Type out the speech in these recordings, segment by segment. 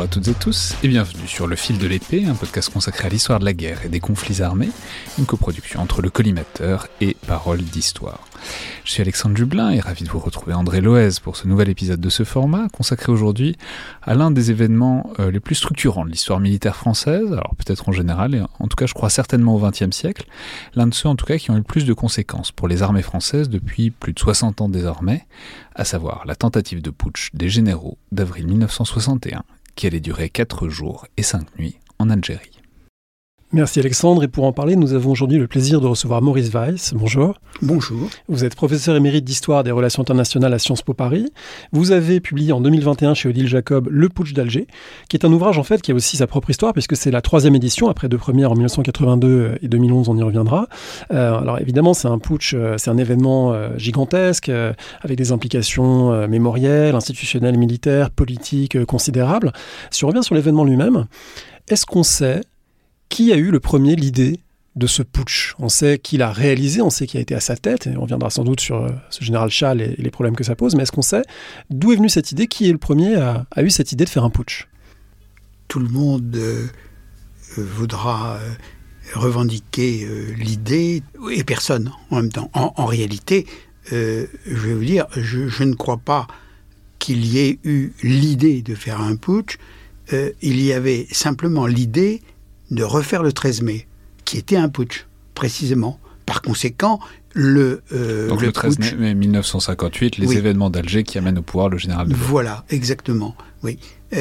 à toutes et tous et bienvenue sur Le Fil de l'Épée, un podcast consacré à l'histoire de la guerre et des conflits armés, une coproduction entre le Collimateur et Paroles d'Histoire. Je suis Alexandre Jublin et ravi de vous retrouver André Loez pour ce nouvel épisode de ce format, consacré aujourd'hui à l'un des événements les plus structurants de l'histoire militaire française, alors peut-être en général, et en tout cas je crois certainement au XXe siècle, l'un de ceux en tout cas qui ont eu le plus de conséquences pour les armées françaises depuis plus de 60 ans désormais, à savoir la tentative de putsch des généraux d'avril 1961, qui allait durer 4 jours et 5 nuits en Algérie. Merci Alexandre, et pour en parler, nous avons aujourd'hui le plaisir de recevoir Maurice Weiss. Bonjour. Bonjour. Vous êtes professeur émérite d'Histoire des Relations Internationales à Sciences Po Paris. Vous avez publié en 2021 chez Odile Jacob Le Putsch d'Alger, qui est un ouvrage en fait qui a aussi sa propre histoire, puisque c'est la 3e édition, après 2 premières en 1982 et 2011, on y reviendra. Alors évidemment, c'est un putsch, c'est un événement gigantesque, avec des implications mémorielles, institutionnelles, militaires, politiques considérables. Si on revient sur l'événement lui-même, est-ce qu'on sait qui a eu le premier l'idée de ce putsch? On sait qui l'a réalisé, on sait qui a été à sa tête, et on reviendra sans doute sur ce général Chal et les problèmes que ça pose, mais est-ce qu'on sait d'où est venue cette idée? Qui est le premier a eu cette idée de faire un putsch? Tout le monde voudra revendiquer l'idée, et personne en même temps. En réalité, je vais vous dire, je ne crois pas qu'il y ait eu l'idée de faire un putsch. Il y avait simplement l'idée de refaire le 13 mai, qui était un putsch, précisément. Par conséquent, le 13 mai 1958, les événements d'Alger qui amènent au pouvoir le général de Gaulle. Voilà, exactement, oui.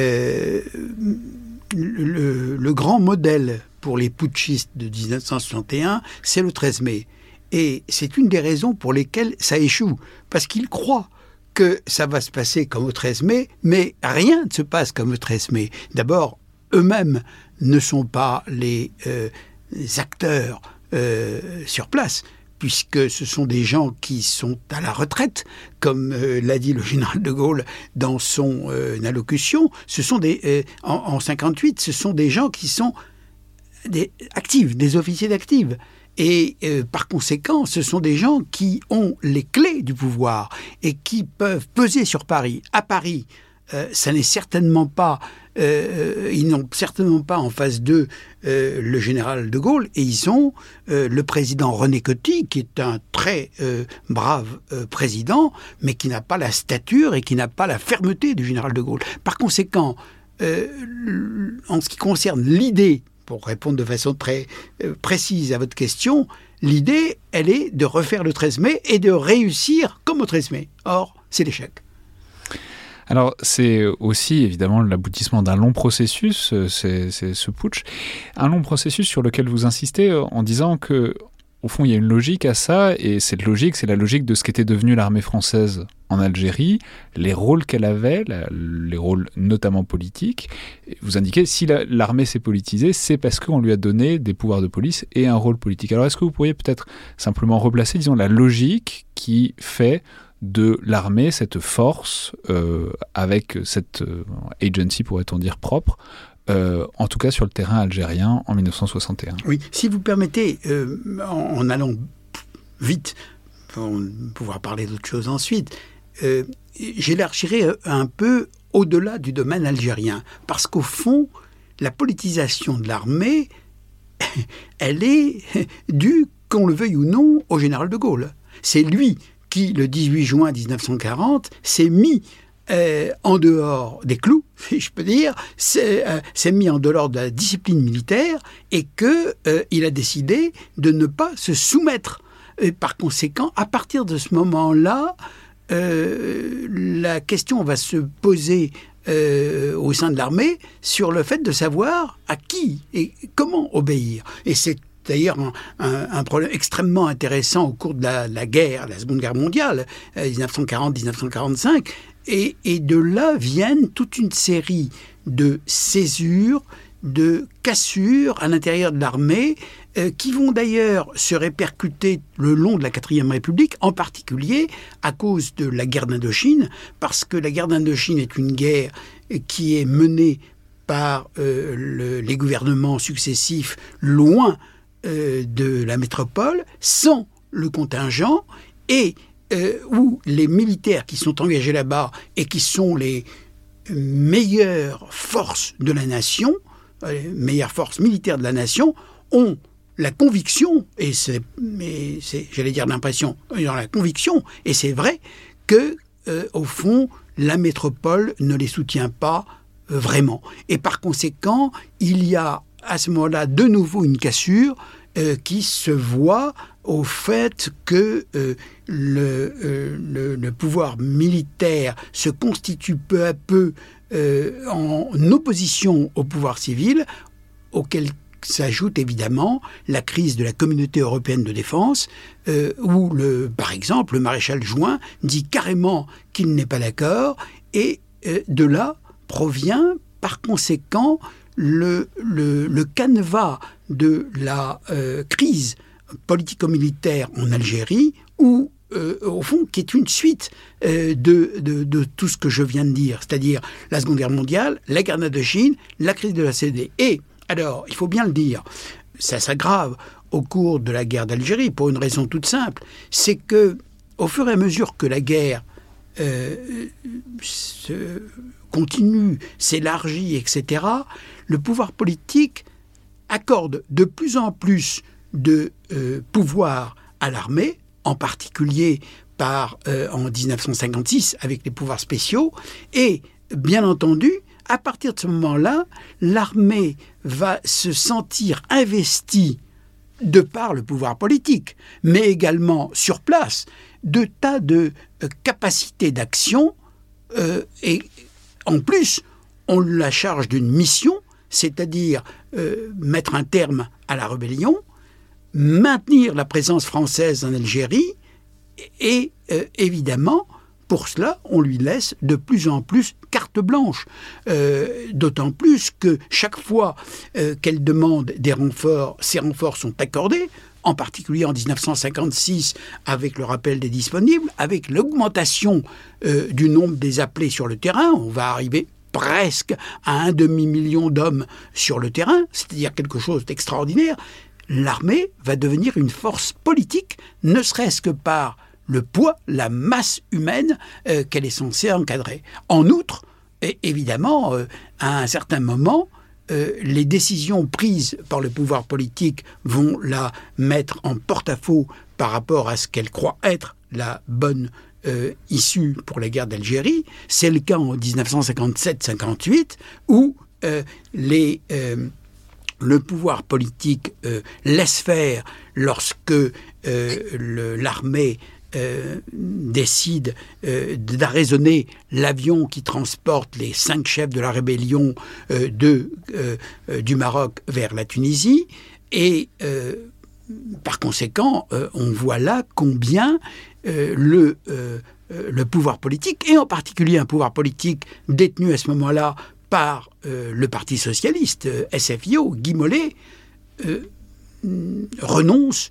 Le grand modèle pour les putschistes de 1961, c'est le 13 mai. Et c'est une des raisons pour lesquelles ça échoue, parce qu'ils croient que ça va se passer comme au 13 mai, mais rien ne se passe comme au 13 mai. D'abord, eux-mêmes ne sont pas les acteurs sur place, puisque ce sont des gens qui sont à la retraite, comme l'a dit le général de Gaulle dans son allocution. Ce sont en 58, ce sont des gens qui sont des officiers d'actifs. Et par conséquent, ce sont des gens qui ont les clés du pouvoir et qui peuvent peser sur Paris. À Paris, ça n'est certainement pas, ils n'ont certainement pas en face d'eux le général de Gaulle, et ils ont le président René Coty, qui est un très brave président, mais qui n'a pas la stature et qui n'a pas la fermeté du général de Gaulle. Par conséquent, en ce qui concerne l'idée, pour répondre de façon très précise à votre question, l'idée, elle est de refaire le 13 mai et de réussir comme au 13 mai. Or, c'est l'échec. Alors, c'est aussi évidemment l'aboutissement d'un long processus, c'est ce putsch. Un long processus sur lequel vous insistez en disant que, au fond, il y a une logique à ça, et cette logique, c'est la logique de ce qu'était devenue l'armée française en Algérie, les rôles qu'elle avait, les rôles notamment politiques. Vous indiquez, si l'armée s'est politisée, c'est parce qu'on lui a donné des pouvoirs de police et un rôle politique. Alors, est-ce que vous pourriez peut-être simplement replacer, disons, la logique qui fait de l'armée, cette force, avec cette agency, pourrait-on dire, propre, en tout cas sur le terrain algérien en 1961. Oui, si vous permettez, en allant vite, pour pouvoir parler d'autres choses ensuite, j'élargirai un peu au-delà du domaine algérien, parce qu'au fond, la politisation de l'armée, elle est due, qu'on le veuille ou non, au général de Gaulle. C'est lui qui, le 18 juin 1940, s'est mis en dehors des clous, si je peux dire, s'est mis en dehors de la discipline militaire, et qu'il a décidé de ne pas se soumettre. Et par conséquent, à partir de ce moment-là, la question va se poser au sein de l'armée sur le fait de savoir à qui et comment obéir. Et c'est d'ailleurs un problème extrêmement intéressant au cours de la guerre, la Seconde Guerre mondiale, 1940-1945, et de là viennent toute une série de césures, de cassures à l'intérieur de l'armée, qui vont d'ailleurs se répercuter le long de la 4e République, en particulier à cause de la guerre d'Indochine, parce que la guerre d'Indochine est une guerre qui est menée par les gouvernements successifs loin de la métropole, sans le contingent, et où les militaires qui sont engagés là-bas et qui sont les meilleures forces de la nation, les meilleures forces militaires de la nation, ont la conviction, j'allais dire l'impression, dans la conviction, et c'est vrai, que, au fond, la métropole ne les soutient pas vraiment. Et par conséquent, il y a à ce moment-là de nouveau une cassure qui se voit au fait que le pouvoir militaire se constitue peu à peu en opposition au pouvoir civil, auquel s'ajoute évidemment la crise de la communauté européenne de défense, où, par exemple, le maréchal Juin dit carrément qu'il n'est pas d'accord, et de là provient, par conséquent, le canevas de la crise politico-militaire en Algérie, où, au fond, qui est une suite de tout ce que je viens de dire, c'est-à-dire la Seconde Guerre mondiale, la guerre d'Indochine, la crise de la CED. Et, alors, il faut bien le dire, ça s'aggrave au cours de la guerre d'Algérie pour une raison toute simple, c'est que, au fur et à mesure que la guerre continue, s'élargit, etc., le pouvoir politique accorde de plus en plus de pouvoir à l'armée, en particulier en 1956 avec les pouvoirs spéciaux, et bien entendu, à partir de ce moment-là, l'armée va se sentir investie de par le pouvoir politique, mais également sur place, de tas de capacités d'action, et en plus, on la charge d'une mission, c'est-à-dire mettre un terme à la rébellion, maintenir la présence française en Algérie, et évidemment, pour cela, on lui laisse de plus en plus carte blanche. D'autant plus que chaque fois qu'elle demande des renforts, ces renforts sont accordés, en particulier en 1956 avec le rappel des disponibles, avec l'augmentation du nombre des appelés sur le terrain. On va arriver presque à 1 demi-million d'hommes sur le terrain, c'est-à-dire quelque chose d'extraordinaire. L'armée va devenir une force politique, ne serait-ce que par le poids, la masse humaine qu'elle est censée encadrer. En outre, évidemment, à un certain moment, les décisions prises par le pouvoir politique vont la mettre en porte-à-faux par rapport à ce qu'elle croit être la bonne issue pour la guerre d'Algérie. C'est le cas en 1957-58 où le pouvoir politique laisse faire lorsque l'armée décide d'arraisonner l'avion qui transporte les 5 chefs de la rébellion du Maroc vers la Tunisie. Et par conséquent, on voit là combien le pouvoir politique, et en particulier un pouvoir politique détenu à ce moment-là par le Parti socialiste, SFIO, Guy Mollet, renonce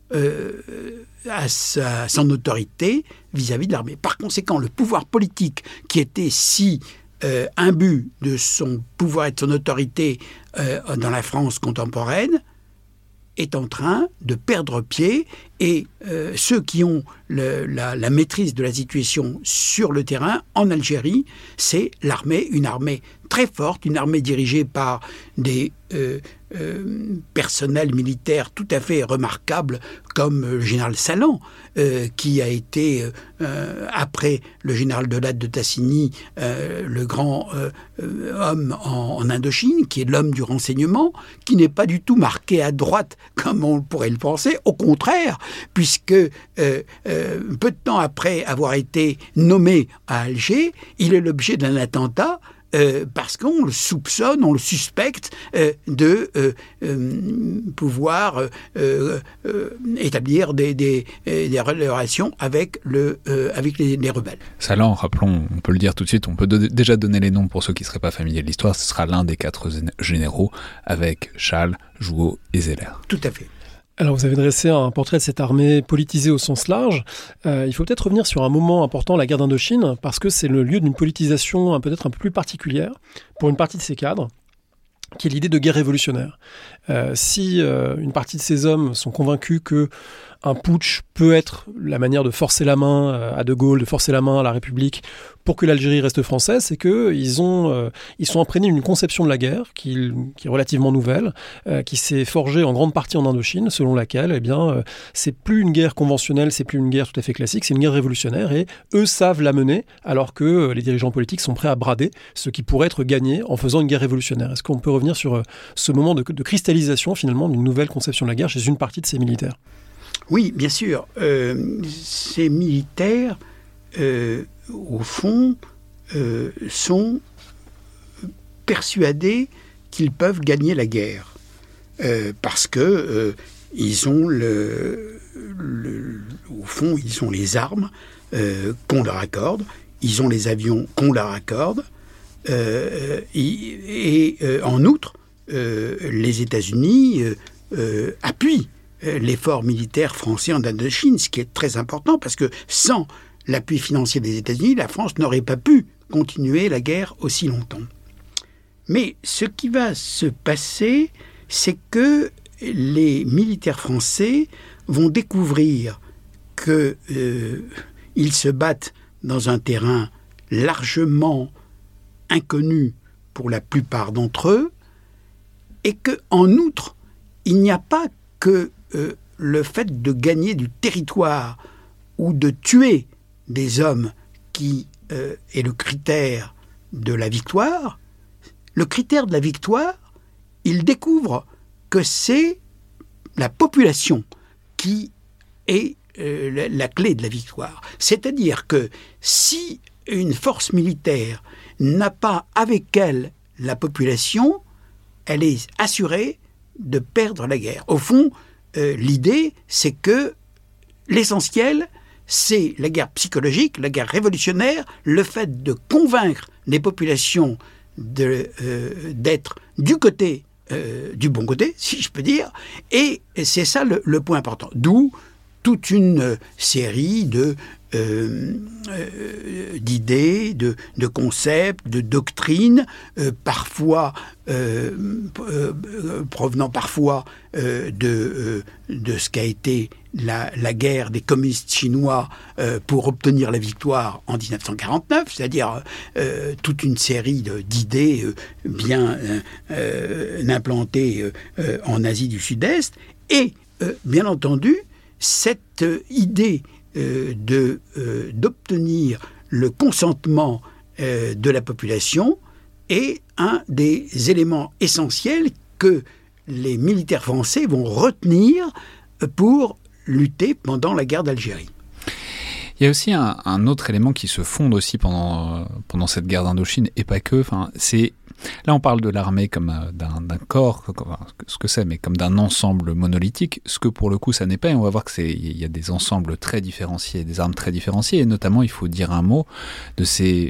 à son autorité vis-à-vis de l'armée. Par conséquent, le pouvoir politique qui était si imbu de son pouvoir et de son autorité dans la France contemporaine est en train de perdre pied, et ceux qui ont la maîtrise de la situation sur le terrain en Algérie, c'est l'armée, une armée très forte, une armée dirigée par des personnels militaires tout à fait remarquables comme le général Salan, qui a été, après le général Delade de Tassigny, le grand homme en Indochine, qui est l'homme du renseignement, qui n'est pas du tout marqué à droite comme on pourrait le penser, au contraire, puisque peu de temps après avoir été nommé à Alger, il est l'objet d'un attentat parce qu'on le soupçonne, on le suspecte de pouvoir établir des relations avec les rebelles. Salan, rappelons, on peut le dire tout de suite, on peut déjà donner les noms pour ceux qui ne seraient pas familiers de l'histoire, ce sera l'un des 4 généraux avec Chasles, Jouhaud et Zeller. Tout à fait. Alors vous avez dressé un portrait de cette armée politisée au sens large. Il faut peut-être revenir sur un moment important, la guerre d'Indochine, parce que c'est le lieu d'une politisation peut-être un peu plus particulière pour une partie de ses cadres, qui est l'idée de guerre révolutionnaire. Si une partie de ces hommes sont convaincus que un putsch peut être la manière de forcer la main à De Gaulle, de forcer la main à la République pour que l'Algérie reste française, c'est qu'ils sont imprégnés d'une conception de la guerre qui est relativement nouvelle, qui s'est forgée en grande partie en Indochine, selon laquelle c'est plus une guerre conventionnelle, c'est plus une guerre tout à fait classique, c'est une guerre révolutionnaire et eux savent la mener alors que les dirigeants politiques sont prêts à brader ce qui pourrait être gagné en faisant une guerre révolutionnaire. Est-ce qu'on peut revenir sur ce moment de cristallisation finalement d'une nouvelle conception de la guerre chez une partie de ces militaires ? Oui, bien sûr. Ces militaires, au fond, sont persuadés qu'ils peuvent gagner la guerre. Parce que ils ont au fond, ils ont les armes qu'on leur accorde, ils ont les avions qu'on leur accorde, et en outre, les États-Unis appuient l'effort militaire français en Indochine, ce qui est très important parce que sans l'appui financier des États-Unis, la France n'aurait pas pu continuer la guerre aussi longtemps. Mais ce qui va se passer, c'est que les militaires français vont découvrir qu'ils se battent dans un terrain largement inconnu pour la plupart d'entre eux et qu'en outre, il n'y a pas que le fait de gagner du territoire ou de tuer des hommes qui est le critère de la victoire. Le critère de la victoire, il découvre que c'est la population qui est la clé de la victoire. C'est-à-dire que si une force militaire n'a pas avec elle la population, elle est assurée de perdre la guerre. Au fond, l'idée, c'est que l'essentiel, c'est la guerre psychologique, la guerre révolutionnaire, le fait de convaincre les populations d'être du côté, du bon côté, si je peux dire, et c'est ça le point important. D'où toute une série d'idées, de concepts, de doctrines, parfois provenant parfois de ce qu'a été la guerre des communistes chinois pour obtenir la victoire en 1949, c'est-à-dire toute une série d'idées bien implantées en Asie du Sud-Est, et bien entendu, cette idée d'obtenir le consentement de la population est un des éléments essentiels que les militaires français vont retenir pour lutter pendant la guerre d'Algérie. Il y a aussi un autre élément qui se fonde aussi pendant cette guerre d'Indochine, et pas que. Là, on parle de l'armée comme d'un corps, ce que c'est, mais comme d'un ensemble monolithique, ce que pour le coup, ça n'est pas. Et on va voir qu'il y a des ensembles très différenciés, des armes très différenciées. Et notamment, il faut dire un mot de ces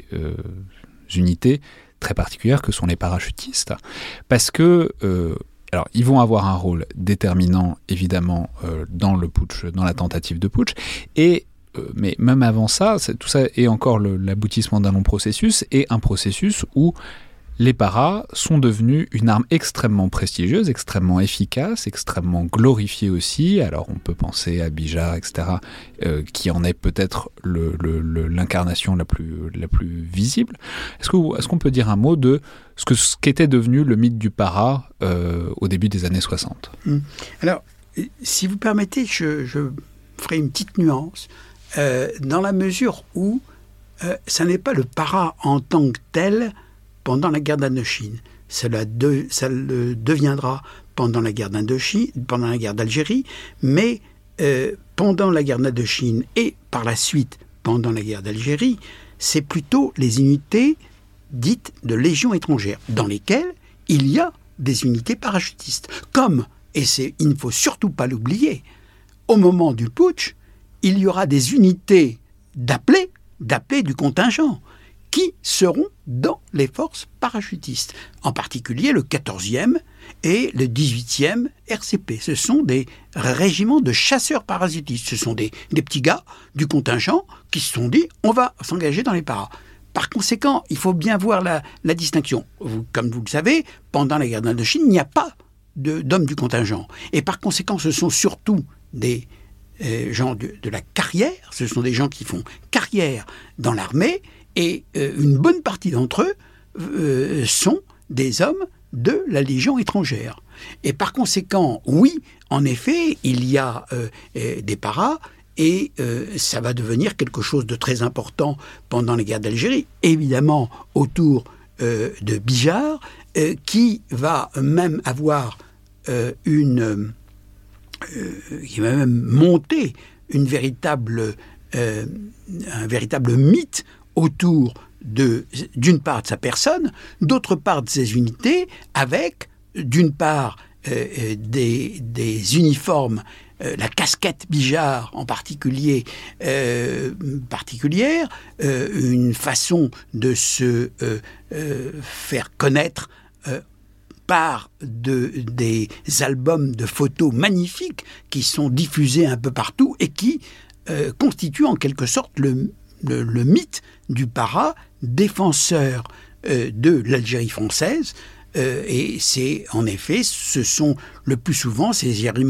unités très particulières que sont les parachutistes. Parce que... alors, ils vont avoir un rôle déterminant, évidemment, dans le putsch, dans la tentative de putsch. Mais même avant ça, tout ça est encore l'aboutissement d'un long processus, et un processus où les paras sont devenus une arme extrêmement prestigieuse, extrêmement efficace, extrêmement glorifiée aussi. Alors on peut penser à Bijar, etc., qui en est peut-être l'incarnation la plus visible. Est-ce qu'on peut dire un mot de ce qu'était devenu le mythe du para au début des années 60 ? Alors, si vous permettez, je ferai une petite nuance, dans la mesure où ça n'est pas le para en tant que tel pendant la guerre d'Indochine. Ça le deviendra pendant la guerre d'Indochine, pendant la guerre d'Algérie, mais pendant la guerre d'Indochine et par la suite pendant la guerre d'Algérie, c'est plutôt les unités dites de légion étrangère, dans lesquelles il y a des unités parachutistes. Comme, et il ne faut surtout pas l'oublier, au moment du putsch, il y aura des unités d'appelés du contingent, qui seront dans les forces parachutistes, en particulier le 14e et le 18e RCP. Ce sont des régiments de chasseurs parachutistes. Ce sont des petits gars du contingent qui se sont dit « on va s'engager dans les paras ». Par conséquent, il faut bien voir la distinction. Comme vous le savez, pendant la guerre d'Indochine, il n'y a pas d'hommes du contingent. Et par conséquent, ce sont surtout des gens de la carrière, ce sont des gens qui font carrière dans l'armée, et une bonne partie d'entre eux sont des hommes de la Légion étrangère. Et par conséquent, oui, en effet, il y a des paras, et ça va devenir quelque chose de très important pendant les guerres d'Algérie, évidemment autour de Bijard, qui va même avoir qui va même monter un véritable mythe autour d'une part de sa personne, d'autre part de ses unités, avec d'une part des uniformes, la casquette Bijard en particulier particulière, une façon de se faire connaître par des albums de photos magnifiques qui sont diffusés un peu partout et qui constituent en quelque sorte le mythe du para défenseur de l'Algérie française. Et c'est en effet, ce sont le plus souvent ces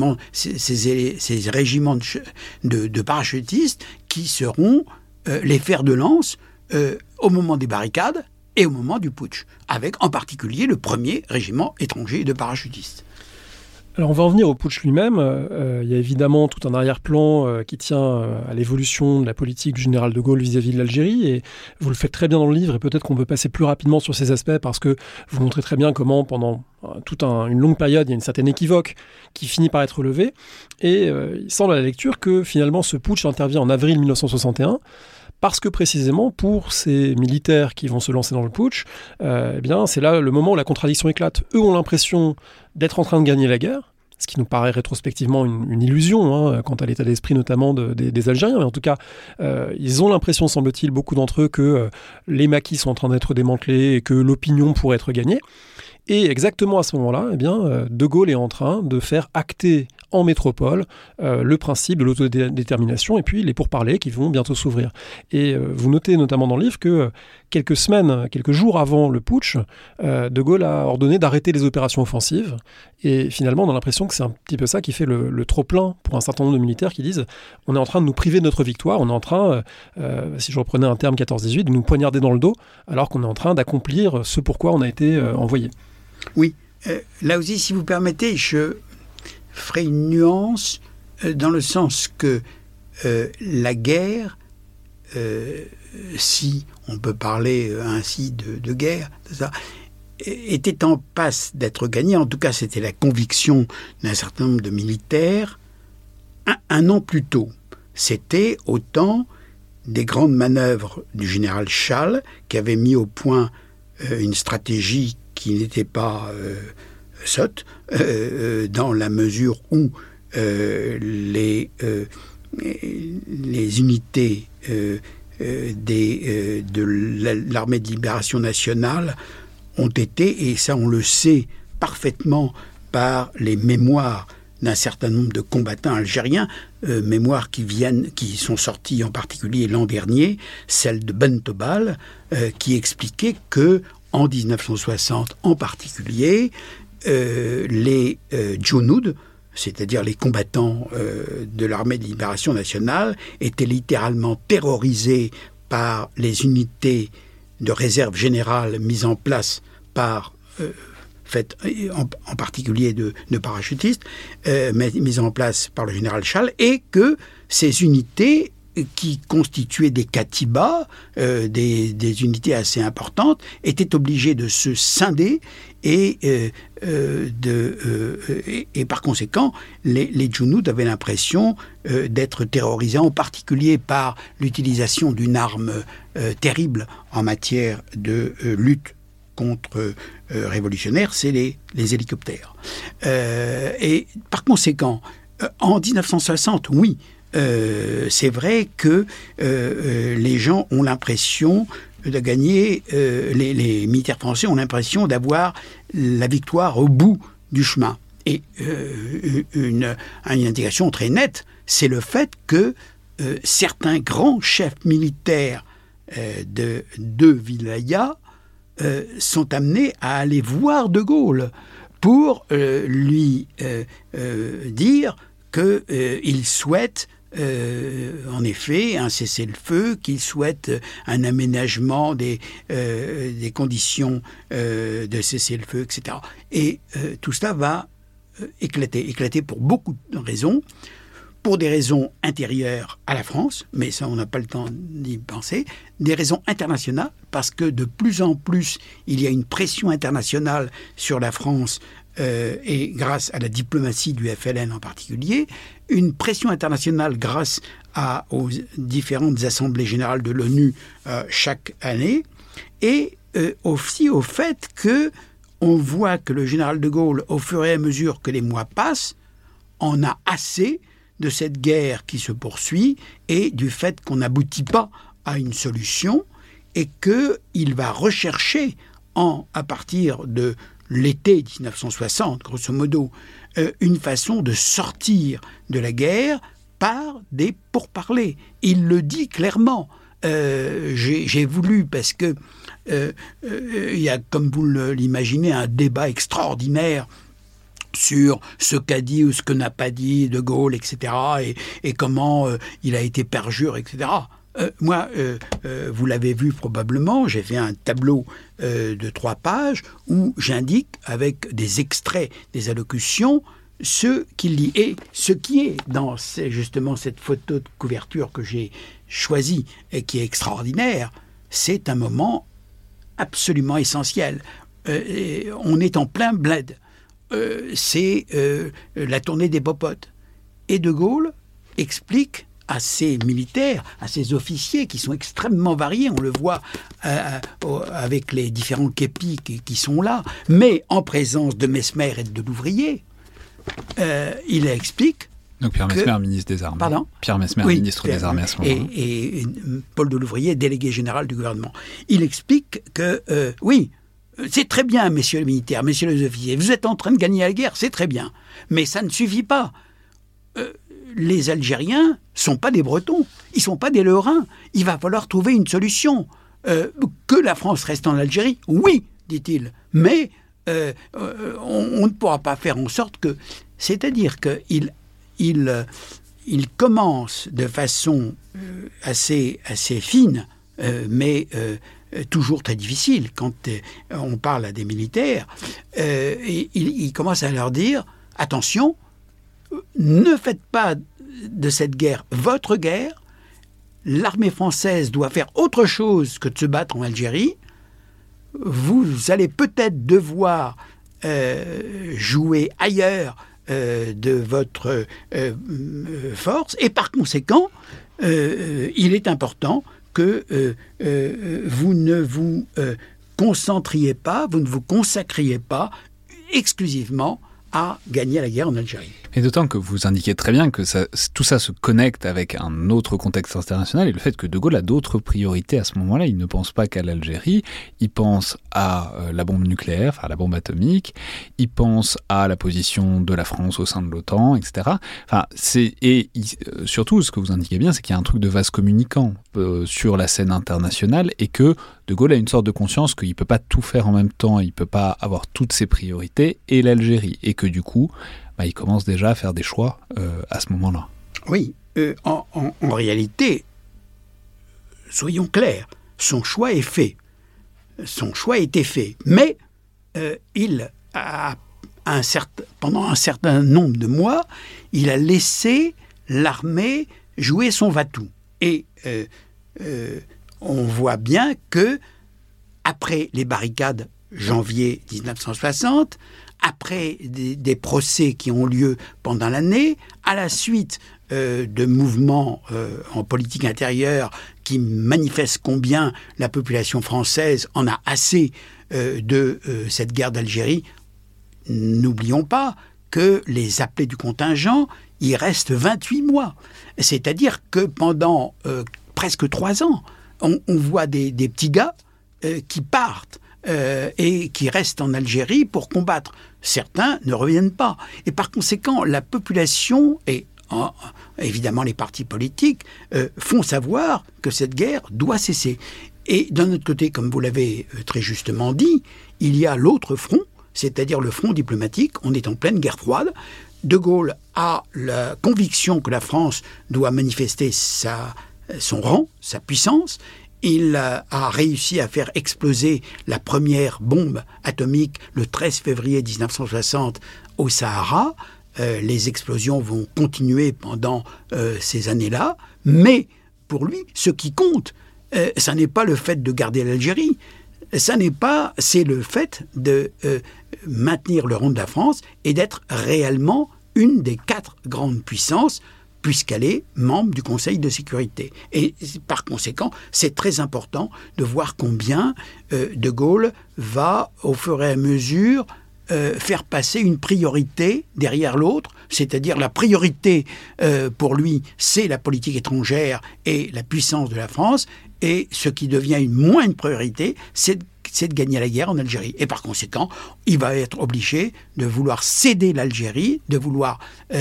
régiments de parachutistes qui seront les fers de lance au moment des barricades et au moment du putsch, avec en particulier le premier régiment étranger de parachutistes. Alors on va en venir au putsch lui-même. Il y a évidemment tout un arrière-plan qui tient à l'évolution de la politique du général de Gaulle vis-à-vis de l'Algérie, et vous le faites très bien dans le livre, et peut-être qu'on peut passer plus rapidement sur ces aspects parce que vous montrez très bien comment pendant toute une longue période il y a une certaine équivoque qui finit par être levée, et il semble à la lecture que finalement ce putsch intervient en avril 1961 parce que précisément pour ces militaires qui vont se lancer dans le putsch, eh bien c'est là le moment où la contradiction éclate. Eux ont l'impression d'être en train de gagner la guerre, ce qui nous paraît rétrospectivement une illusion quant à l'état d'esprit notamment des Algériens, mais en tout cas ils ont l'impression, semble-t-il, beaucoup d'entre eux, que les maquis sont en train d'être démantelés et que l'opinion pourrait être gagnée. Et exactement à ce moment-là, eh bien, De Gaulle est en train de faire acter en métropole le principe de l'autodétermination et puis les pourparlers qui vont bientôt s'ouvrir. Et vous notez notamment dans le livre que quelques jours avant le putsch, De Gaulle a ordonné d'arrêter les opérations offensives. Et finalement, on a l'impression que c'est un petit peu ça qui fait le trop-plein pour un certain nombre de militaires qui disent « on est en train de nous priver de notre victoire, on est en train, si je reprenais un terme 14-18, de nous poignarder dans le dos, alors qu'on est en train d'accomplir ce pourquoi on a été envoyé ». Oui, là aussi, si vous permettez, je ferai une nuance dans le sens que la guerre, si on peut parler ainsi de guerre, ça, était en passe d'être gagnée. En tout cas, c'était la conviction d'un certain nombre de militaires un an plus tôt. C'était au temps des grandes manœuvres du général Schall, qui avait mis au point une stratégie qui n'était pas sotte, dans la mesure où les unités de l'armée de libération nationale ont été, et ça on le sait parfaitement par les mémoires d'un certain nombre de combattants algériens, mémoires qui sont sorties en particulier l'an dernier, celle de Ben Tobal, qui expliquait que en 1960 en particulier, les Djounoud, c'est-à-dire les combattants de l'armée de libération nationale, étaient littéralement terrorisés par les unités de réserve générale mises en place par, en particulier de parachutistes, mises en place par le général Schall, et que ces unités qui constituaient des katibas, des unités assez importantes, étaient obligées de se scinder et par conséquent, les Djounoud avaient l'impression d'être terrorisés, en particulier par l'utilisation d'une arme terrible en matière de lutte contre révolutionnaire, c'est les hélicoptères. Et par conséquent, en 1960, oui, c'est vrai que les gens ont l'impression de gagner, les militaires français ont l'impression d'avoir la victoire au bout du chemin. Et une indication très nette, c'est le fait que certains grands chefs militaires de Wilaya sont amenés à aller voir De Gaulle pour lui dire qu'il souhaite en effet un cessez-le-feu, qu'il souhaite un aménagement des conditions de cessez-le-feu, etc. Et tout cela va éclater pour beaucoup de raisons. Pour des raisons intérieures à la France, mais ça on n'a pas le temps d'y penser, des raisons internationales, parce que de plus en plus il y a une pression internationale sur la France, et grâce à la diplomatie du FLN en particulier, une pression internationale grâce aux différentes assemblées générales de l'ONU chaque année, et aussi au fait qu'on voit que le général de Gaulle, au fur et à mesure que les mois passent, en a assez de cette guerre qui se poursuit et du fait qu'on n'aboutit pas à une solution, et qu'il va rechercher, à partir de l'été 1960, grosso modo, une façon de sortir de la guerre par des pourparlers. Il le dit clairement. J'ai voulu, parce que il y a, comme vous l'imaginez, un débat extraordinaire sur ce qu'a dit ou ce que n'a pas dit de Gaulle, etc., et comment il a été perjure, etc. Moi, vous l'avez vu probablement, j'ai fait un tableau de 3 pages où j'indique avec des extraits des allocutions ce qu'il dit. Et ce qui est dans justement cette photo de couverture que j'ai choisie et qui est extraordinaire, c'est un moment absolument essentiel. On est en plein bled. C'est la tournée des popotes. Et De Gaulle explique à ses militaires, à ses officiers qui sont extrêmement variés, on le voit avec les différents képis qui sont là, mais en présence de Messmer et de Delouvrier, il explique... Donc Pierre Messmer, ministre des Armées. Pardon ? Pierre Messmer, ministre des Armées à ce moment-là. Et Paul Delouvrier, délégué général du gouvernement. Il explique que, oui, c'est très bien, messieurs les militaires, messieurs les officiers, vous êtes en train de gagner la guerre, c'est très bien. Mais ça ne suffit pas. Les Algériens ne sont pas des Bretons, ils ne sont pas des Lorrains. Il va falloir trouver une solution. Que la France reste en Algérie, oui, dit-il, mais on ne pourra pas faire en sorte que... C'est-à-dire qu'il commence de façon assez fine, mais... toujours très difficile quand on parle à des militaires, et il commence à leur dire « Attention, ne faites pas de cette guerre votre guerre, l'armée française doit faire autre chose que de se battre en Algérie, vous allez peut-être devoir jouer ailleurs de votre force, et par conséquent, il est important que vous ne vous concentriez pas, vous ne vous consacriez pas exclusivement à gagner la guerre en Algérie. Et d'autant que vous indiquez très bien que tout ça se connecte avec un autre contexte international et le fait que De Gaulle a d'autres priorités à ce moment-là. Il ne pense pas qu'à l'Algérie, il pense à la bombe nucléaire, enfin à la bombe atomique, il pense à la position de la France au sein de l'OTAN, etc. Enfin, surtout, ce que vous indiquez bien, c'est qu'il y a un truc de vase communicant sur la scène internationale et que De Gaulle a une sorte de conscience qu'il ne peut pas tout faire en même temps, il ne peut pas avoir toutes ses priorités et l'Algérie. Et que du coup, il commence déjà à faire des choix à ce moment-là. Oui, en réalité, soyons clairs, son choix est fait. Son choix a été fait. Mais il a pendant un certain nombre de mois, il a laissé l'armée jouer son va-tout. Et on voit bien que, après les barricades janvier 1960, après des procès qui ont lieu pendant l'année, à la suite de mouvements en politique intérieure qui manifestent combien la population française en a assez de cette guerre d'Algérie, n'oublions pas que les appelés du contingent, il reste 28 mois. C'est-à-dire que pendant presque 3 ans, on voit des petits gars qui partent et qui restent en Algérie pour combattre. Certains ne reviennent pas. Et par conséquent, la population et évidemment les partis politiques font savoir que cette guerre doit cesser. Et d'un autre côté, comme vous l'avez très justement dit, il y a l'autre front, c'est-à-dire le front diplomatique. On est en pleine guerre froide. De Gaulle a la conviction que la France doit manifester son rang, sa puissance. Il a réussi à faire exploser la première bombe atomique le 13 février 1960 au Sahara. Les explosions vont continuer pendant ces années-là. Mais pour lui, ce qui compte, ça n'est pas le fait de garder l'Algérie. C'est le fait de maintenir le rang de la France et d'être réellement une des 4 grandes puissances, puisqu'elle est membre du Conseil de sécurité. Et par conséquent, c'est très important de voir combien De Gaulle va, au fur et à mesure, faire passer une priorité derrière l'autre, c'est-à-dire la priorité pour lui, c'est la politique étrangère et la puissance de la France, et ce qui devient moins une priorité, c'est de gagner la guerre en Algérie. Et par conséquent, il va être obligé de vouloir céder l'Algérie, de vouloir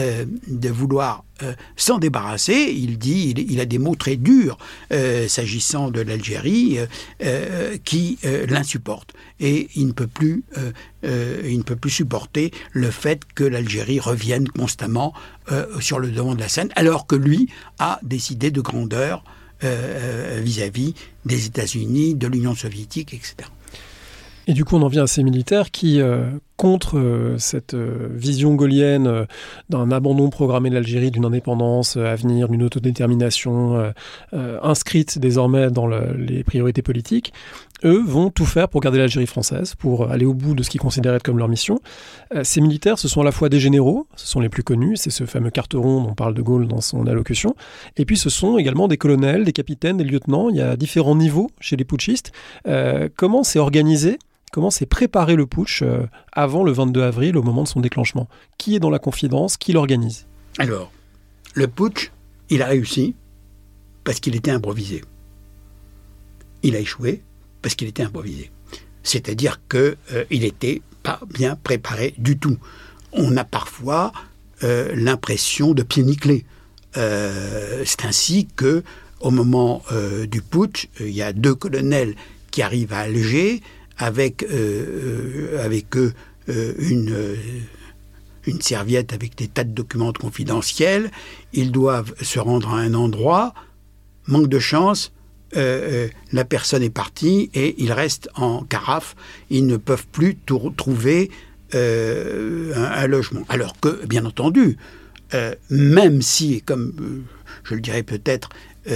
s'en débarrasser. Il a des mots très durs s'agissant de l'Algérie qui l'insupportent. Et il ne peut plus supporter le fait que l'Algérie revienne constamment sur le devant de la scène, alors que lui a décidé de grandeur vis-à-vis des États-Unis, de l'Union soviétique, etc. Et du coup, on en vient à ces militaires qui, contre cette vision gaullienne d'un abandon programmé de l'Algérie, d'une indépendance à venir, d'une autodétermination inscrite désormais dans les priorités politiques, eux vont tout faire pour garder l'Algérie française, pour aller au bout de ce qu'ils considèrent être comme leur mission. Ces militaires, ce sont à la fois des généraux, ce sont les plus connus, c'est ce fameux Carteron dont parle De Gaulle dans son allocution, et puis ce sont également des colonels, des capitaines, des lieutenants. Il y a différents niveaux chez les putschistes. Comment c'est organisé ? Comment s'est préparé le putsch avant le 22 avril, au moment de son déclenchement ? Qui est dans la confidence ? Qui l'organise ? Alors, le putsch, il a réussi parce qu'il était improvisé. Il a échoué parce qu'il était improvisé. C'est-à-dire qu'il n'était pas bien préparé du tout. On a parfois l'impression de pied nickelé. C'est ainsi qu'au moment du putsch, il y a 2 colonels qui arrivent à Alger, avec eux une serviette avec des tas de documents confidentiels. Ils doivent se rendre à un endroit. Manque de chance, la personne est partie et ils restent en carafe. Ils ne peuvent plus trouver un logement. Alors que, bien entendu, même si, comme je le dirais peut-être,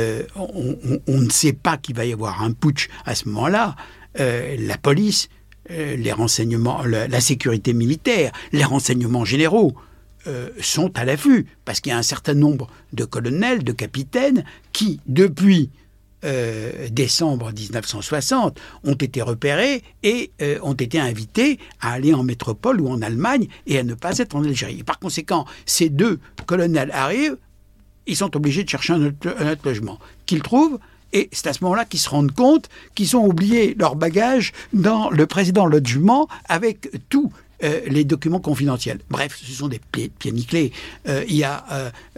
on ne sait pas qu'il va y avoir un putsch à ce moment-là, la police, les renseignements, la sécurité militaire, les renseignements généraux sont à l'affût, parce qu'il y a un certain nombre de colonels, de capitaines qui, depuis décembre 1960, ont été repérés et ont été invités à aller en métropole ou en Allemagne et à ne pas être en Algérie. Et par conséquent, ces 2 colonels arrivent, ils sont obligés de chercher un autre logement qu'ils trouvent. Et c'est à ce moment-là qu'ils se rendent compte qu'ils ont oublié leur bagage dans le précédent logement avec tous les documents confidentiels. Bref, ce sont des pieds nickelés. Il y a,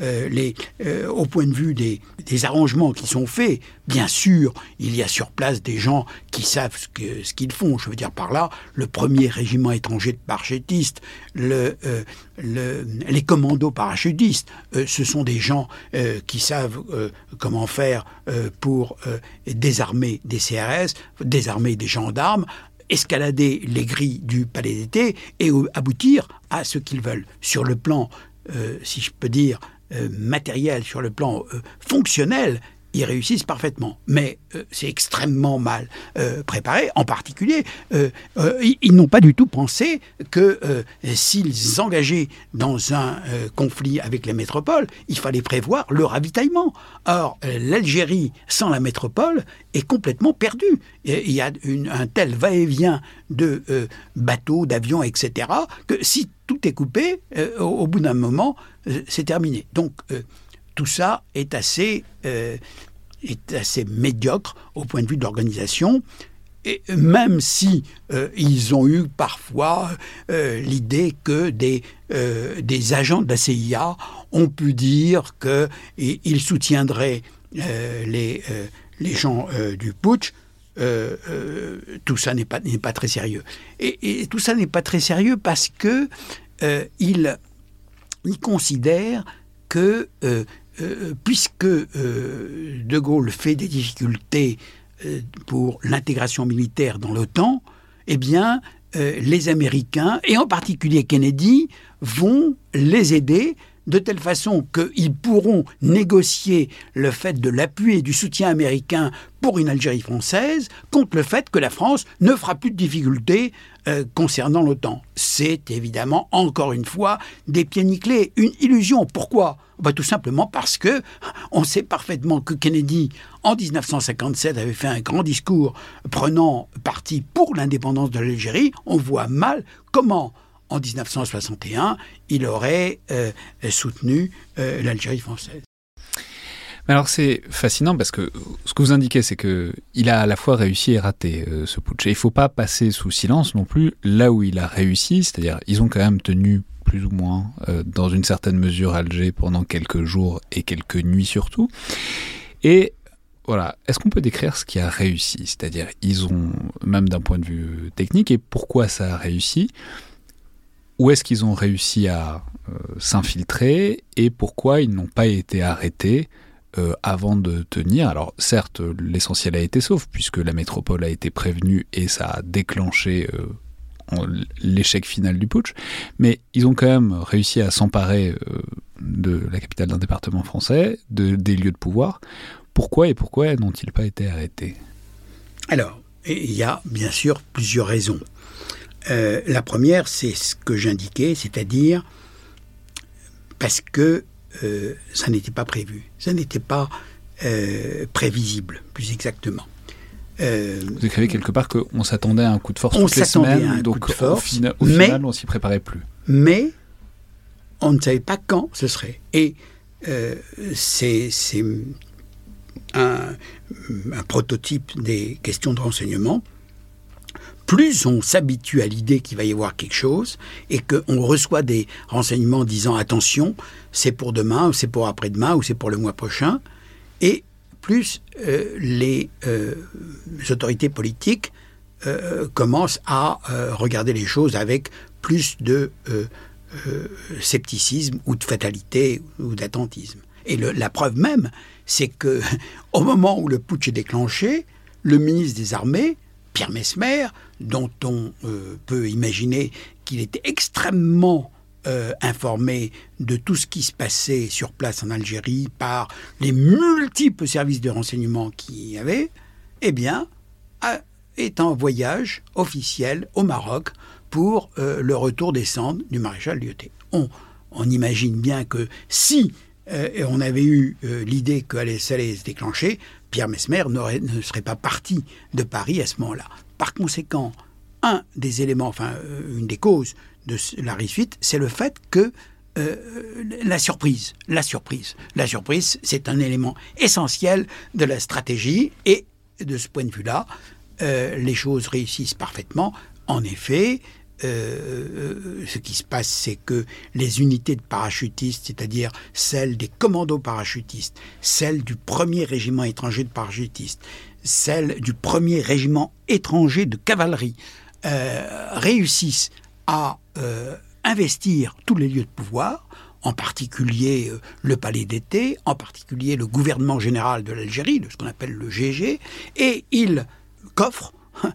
au point de vue des arrangements qui sont faits, bien sûr, il y a sur place des gens qui savent ce qu'ils font. Je veux dire par là, le 1er régiment étranger de parachutistes, les commandos parachutistes, ce sont des gens qui savent comment faire pour désarmer des CRS, désarmer des gendarmes, escalader les grilles du palais d'été et aboutir à ce qu'ils veulent. Sur le plan, si je peux dire, matériel, sur le plan fonctionnel, ils réussissent parfaitement. Mais c'est extrêmement mal préparé. En particulier, ils n'ont pas du tout pensé que s'ils s'engageaient dans un conflit avec les métropoles, il fallait prévoir le ravitaillement. Or, l'Algérie sans la métropole est complètement perdue. Il y a un tel va-et-vient de bateaux, d'avions, etc., que si tout est coupé, au bout d'un moment, c'est terminé. Donc, tout ça est assez médiocre au point de vue de l'organisation. Et même si ils ont eu parfois l'idée que des agents de la CIA ont pu dire qu'ils soutiendraient les gens du putsch, tout ça n'est pas très sérieux. Et tout ça n'est pas très sérieux parce que il considère que, puisque De Gaulle fait des difficultés pour l'intégration militaire dans l'OTAN, eh bien, les Américains, et en particulier Kennedy, vont les aider de telle façon qu'ils pourront négocier le fait de l'appui et du soutien américain pour une Algérie française contre le fait que la France ne fera plus de difficultés concernant l'OTAN. C'est évidemment, encore une fois, des pieds nickelés, une illusion. Pourquoi ? Tout simplement parce que on sait parfaitement que Kennedy, en 1957, avait fait un grand discours prenant parti pour l'indépendance de l'Algérie. On voit mal comment, en 1961, il aurait soutenu l'Algérie française. Alors c'est fascinant parce que ce que vous indiquez, c'est qu'il a à la fois réussi et raté ce putsch. Et il ne faut pas passer sous silence non plus là où il a réussi, c'est-à-dire ils ont quand même tenu plus ou moins dans une certaine mesure Alger pendant quelques jours et quelques nuits surtout. Et voilà, est-ce qu'on peut décrire ce qui a réussi ? C'est-à-dire ils ont, même d'un point de vue technique, et pourquoi ça a réussi ? Où est-ce qu'ils ont réussi à s'infiltrer et pourquoi ils n'ont pas été arrêtés avant de tenir. Alors certes, l'essentiel a été sauf, puisque la métropole a été prévenue et ça a déclenché l'échec final du putsch, mais ils ont quand même réussi à s'emparer de la capitale d'un département français, des lieux de pouvoir. Pourquoi n'ont-ils pas été arrêtés ? Alors, il y a bien sûr plusieurs raisons. La première, c'est ce que j'indiquais, c'est-à-dire parce que ça n'était pas prévu, ça n'était pas prévisible, plus exactement. Vous écrivez quelque part qu'on s'attendait à un coup de force toutes les semaines, donc au final, on ne s'y préparait plus. Mais on ne savait pas quand ce serait. Et c'est un prototype des questions de renseignement. Plus on s'habitue à l'idée qu'il va y avoir quelque chose et qu'on reçoit des renseignements disant « attention, c'est pour demain, ou c'est pour après-demain, ou c'est pour le mois prochain », et plus les autorités politiques commencent à regarder les choses avec plus de scepticisme ou de fatalité ou d'attentisme. Et la preuve même, c'est qu'au moment où le putsch est déclenché, le ministre des Armées, Pierre Messmer, dont on peut imaginer qu'il était extrêmement informé de tout ce qui se passait sur place en Algérie par les multiples services de renseignement qu'il y avait, eh bien, est en voyage officiel au Maroc pour le retour des cendres du maréchal Lyautey. On imagine bien que si on avait eu l'idée que ça allait se déclencher, Pierre Messmer ne serait pas parti de Paris à ce moment-là. Par conséquent, un des éléments, une des causes de la réussite, c'est le fait que la surprise, c'est un élément essentiel de la stratégie et de ce point de vue-là, les choses réussissent parfaitement. En effet, ce qui se passe, c'est que les unités de parachutistes, c'est-à-dire celles des commandos parachutistes, celles du 1er régiment étranger de parachutistes, celles du 1er régiment étranger de cavalerie, réussissent à investir tous les lieux de pouvoir, en particulier le palais d'été, en particulier le gouvernement général de l'Algérie, ce qu'on appelle le GG, et ils coffrent,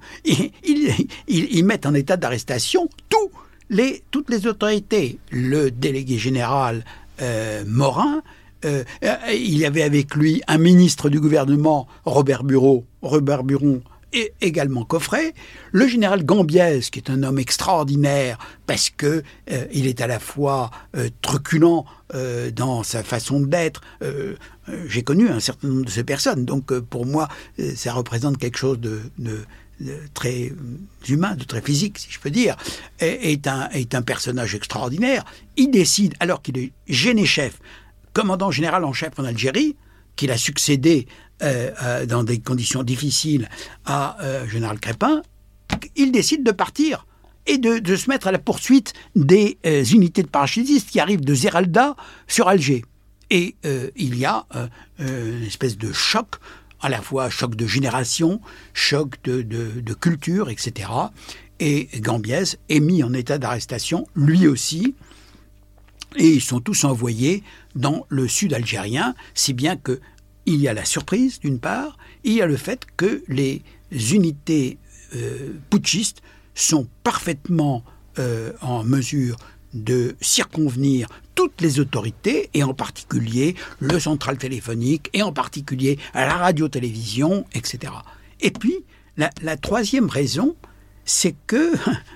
ils mettent en état d'arrestation toutes les autorités. Le délégué général Morin, il y avait avec lui un ministre du gouvernement, Robert Buron, et également coffré. Le général Gambiès, qui est un homme extraordinaire parce que il est à la fois truculent dans sa façon d'être. J'ai connu un certain nombre de ces personnes, donc pour moi, ça représente quelque chose de très humain, de très physique, si je peux dire, est un personnage extraordinaire. Il décide, alors qu'il est géné-chef, commandant général en chef en Algérie, qu'il a succédé dans des conditions difficiles à général Crépin, il décide de partir et de se mettre à la poursuite des unités de parachutistes qui arrivent de Zeralda sur Alger. Et il y a une espèce de choc, à la fois choc de génération, choc de culture, etc. Et Gambiès est mis en état d'arrestation, lui aussi, Et ils sont tous envoyés dans le sud algérien, si bien qu'il y a la surprise, d'une part, il y a le fait que les unités putschistes sont parfaitement en mesure de circonvenir toutes les autorités, et en particulier le central téléphonique, et en particulier la radio-télévision, etc. Et puis, la troisième raison, c'est que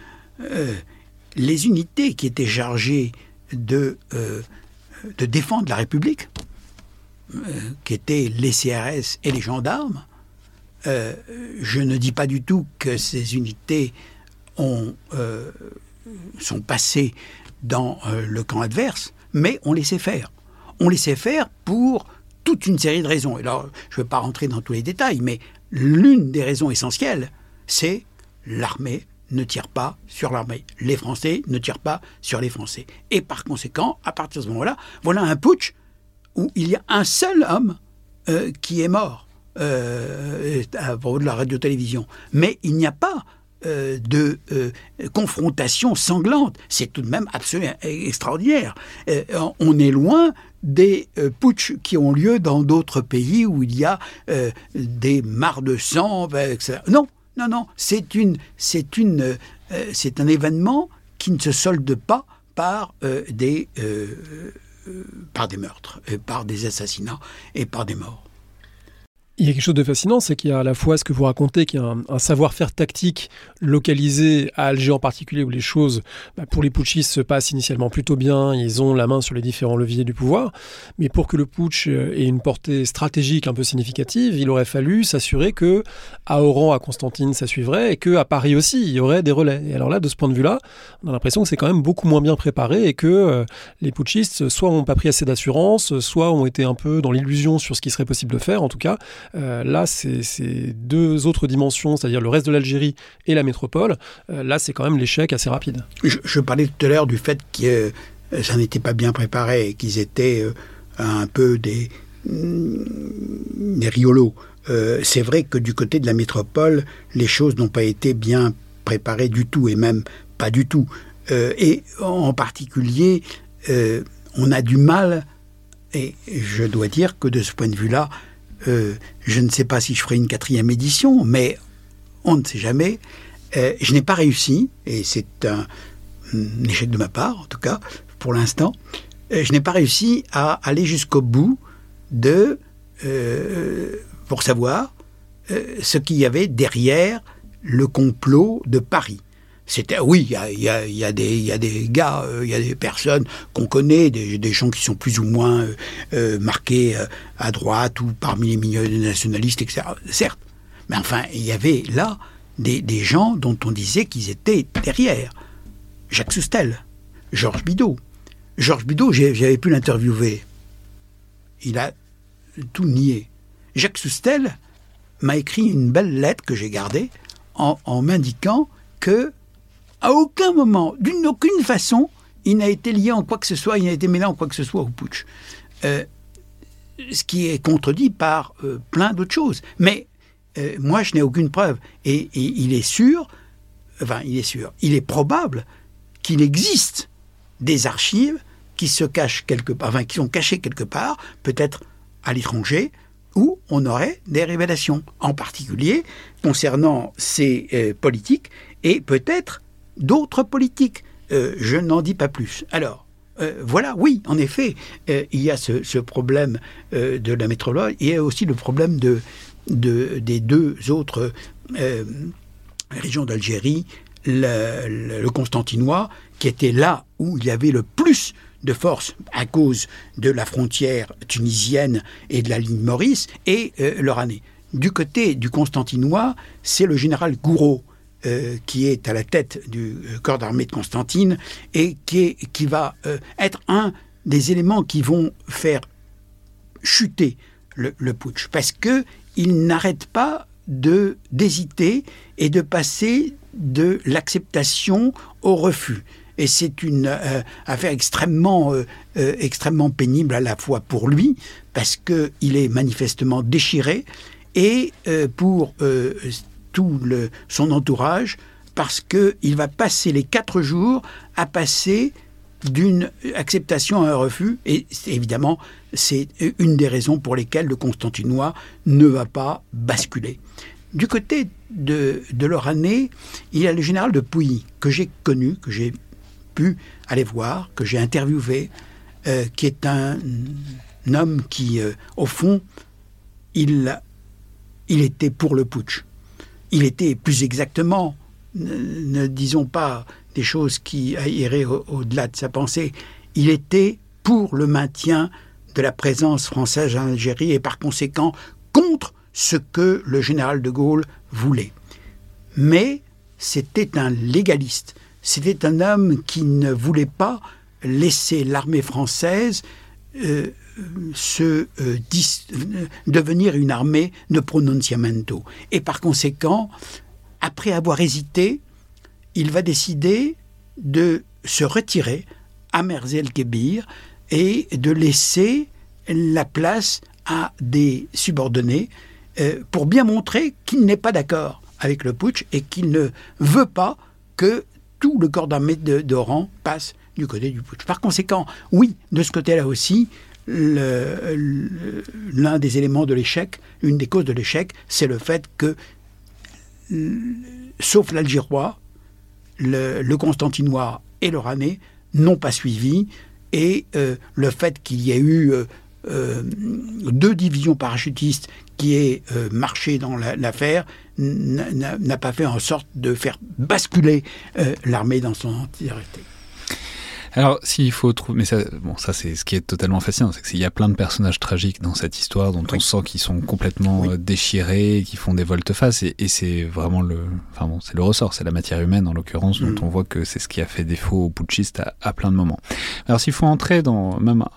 les unités qui étaient chargées de défendre la République, qui étaient les CRS et les gendarmes, je ne dis pas du tout que ces unités sont passées dans le camp adverse, mais on laissait faire. On laissait faire pour toute une série de raisons. Et là, je ne vais pas rentrer dans tous les détails, mais l'une des raisons essentielles, c'est l'armée ne tire pas sur l'armée. Les Français ne tirent pas sur les Français. Et par conséquent, à partir de ce moment-là, voilà un putsch où il y a un seul homme qui est mort à propos de la radio-télévision. Mais il n'y a pas de confrontation sanglante. C'est tout de même absolument extraordinaire. On est loin des putschs qui ont lieu dans d'autres pays où il y a des mares de sang, etc. Non, c'est un événement qui ne se solde pas par des meurtres, par des assassinats et par des morts. Il y a quelque chose de fascinant, c'est qu'il y a à la fois ce que vous racontez, qu'il y a un savoir-faire tactique localisé à Alger en particulier, où les choses, pour les putschistes, se passent initialement plutôt bien, ils ont la main sur les différents leviers du pouvoir, mais pour que le putsch ait une portée stratégique un peu significative, il aurait fallu s'assurer que à Oran, à Constantine, ça suivrait, et qu'à Paris aussi, il y aurait des relais. Et alors là, de ce point de vue-là, on a l'impression que c'est quand même beaucoup moins bien préparé, et que les putschistes, soit n'ont pas pris assez d'assurance, soit ont été un peu dans l'illusion sur ce qui serait possible de faire, en tout cas. Là, c'est deux autres dimensions, c'est-à-dire le reste de l'Algérie et la métropole. Là, c'est quand même l'échec assez rapide. Je parlais tout à l'heure du fait que ça n'était pas bien préparé et qu'ils étaient un peu des riolos. C'est vrai que du côté de la métropole, les choses n'ont pas été bien préparées du tout, et même pas du tout. Et en particulier, on a du mal, et je dois dire que de ce point de vue-là, je ne sais pas si je ferai une 4e édition, mais on ne sait jamais. Je n'ai pas réussi, et c'est un échec de ma part, en tout cas, pour l'instant, je n'ai pas réussi à aller jusqu'au bout pour savoir ce qu'il y avait derrière le complot de Paris. Oui, il y a des gars, il y a des personnes qu'on connaît, des gens qui sont plus ou moins marqués à droite ou parmi les milieux nationalistes, etc. Certes, mais enfin, il y avait là des gens dont on disait qu'ils étaient derrière. Jacques Soustelle, Georges Bidault. Georges Bidault, j'avais pu l'interviewer. Il a tout nié. Jacques Soustelle m'a écrit une belle lettre que j'ai gardée en m'indiquant que à aucun moment, d'une aucune façon, il n'a été lié en quoi que ce soit, il n'a été mêlé en quoi que ce soit au putsch. Ce qui est contredit par plein d'autres choses. Mais moi, je n'ai aucune preuve. Et il est probable qu'il existe des archives qui se cachent quelque part, qui sont cachées quelque part, peut-être à l'étranger, où on aurait des révélations, en particulier concernant ces politiques et peut-être d'autres politiques. Je n'en dis pas plus. Alors, voilà, oui, en effet, il y a ce problème de la métropole. Il y a aussi le problème des deux autres régions d'Algérie, le Constantinois, qui était là où il y avait le plus de force à cause de la frontière tunisienne et de la ligne Maurice, et l'Oranais. Du côté du Constantinois, c'est le général Gouraud, qui est à la tête du corps d'armée de Constantine et qui va être un des éléments qui vont faire chuter le putsch, parce qu'il n'arrête pas d'hésiter et de passer de l'acceptation au refus. Et c'est une affaire extrêmement pénible à la fois pour lui, parce qu'il est manifestement déchiré, et pour son entourage, parce qu'il va passer les 4 jours à passer d'une acceptation à un refus. Et évidemment, c'est une des raisons pour lesquelles le Constantinois ne va pas basculer. Du côté de l'Oranais, il y a le général de Pouilly, que j'ai connu, que j'ai pu aller voir, que j'ai interviewé, qui est un homme qui, au fond, il était pour le putsch. Il était, plus exactement, ne disons pas des choses qui iraient au-delà de sa pensée, il était pour le maintien de la présence française en Algérie et par conséquent contre ce que le général de Gaulle voulait. Mais c'était un légaliste, c'était un homme qui ne voulait pas laisser l'armée française devenir une armée de pronunciamento. Et par conséquent, après avoir hésité, il va décider de se retirer à Merz-el-Kébir et de laisser la place à des subordonnés pour bien montrer qu'il n'est pas d'accord avec le putsch et qu'il ne veut pas que tout le corps d'armée d'Oran passe du côté du putsch. Par conséquent, oui, de ce côté-là aussi, l'un des éléments de l'échec, une des causes de l'échec, c'est le fait que, sauf l'Algérois, le Constantinois et l'Oranais n'ont pas suivi, et le fait qu'il y ait eu 2 divisions parachutistes qui aient marché dans l'affaire n'a pas fait en sorte de faire basculer l'armée dans son entièreté. Alors, s'il faut trouver... Mais ça, c'est ce qui est totalement fascinant, c'est qu'il y a plein de personnages tragiques dans cette histoire dont on sent qu'ils sont complètement déchirés, qui font des volte-face, et c'est vraiment c'est le ressort, c'est la matière humaine en l'occurrence, dont on voit que c'est ce qui a fait défaut aux putschistes à plein de moments. Alors, s'il faut entrer dans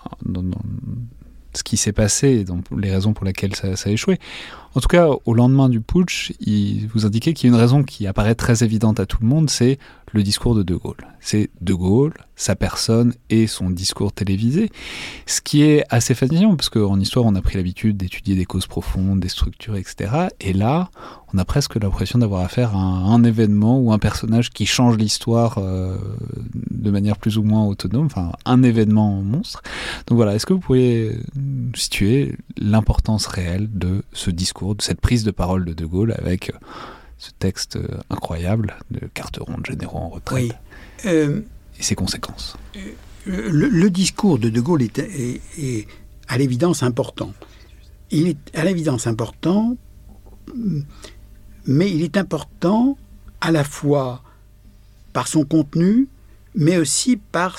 ce qui s'est passé, dans les raisons pour lesquelles ça a échoué, en tout cas, au lendemain du putsch, vous indiquez qu'il y a une raison qui apparaît très évidente à tout le monde, c'est le discours de De Gaulle. C'est De Gaulle, sa personne et son discours télévisé, ce qui est assez fascinant, parce qu'en histoire, on a pris l'habitude d'étudier des causes profondes, des structures, etc. Et là, on a presque l'impression d'avoir affaire à un événement ou un personnage qui change l'histoire de manière plus ou moins autonome, enfin, un événement monstre. Donc voilà, est-ce que vous pourriez situer l'importance réelle de ce discours, de cette prise de parole de Gaulle avec ce texte incroyable de carte ronde généraux en retraite et ses conséquences? Le discours de Gaulle est à l'évidence important. Il est à l'évidence important, mais il est important à la fois par son contenu, mais aussi par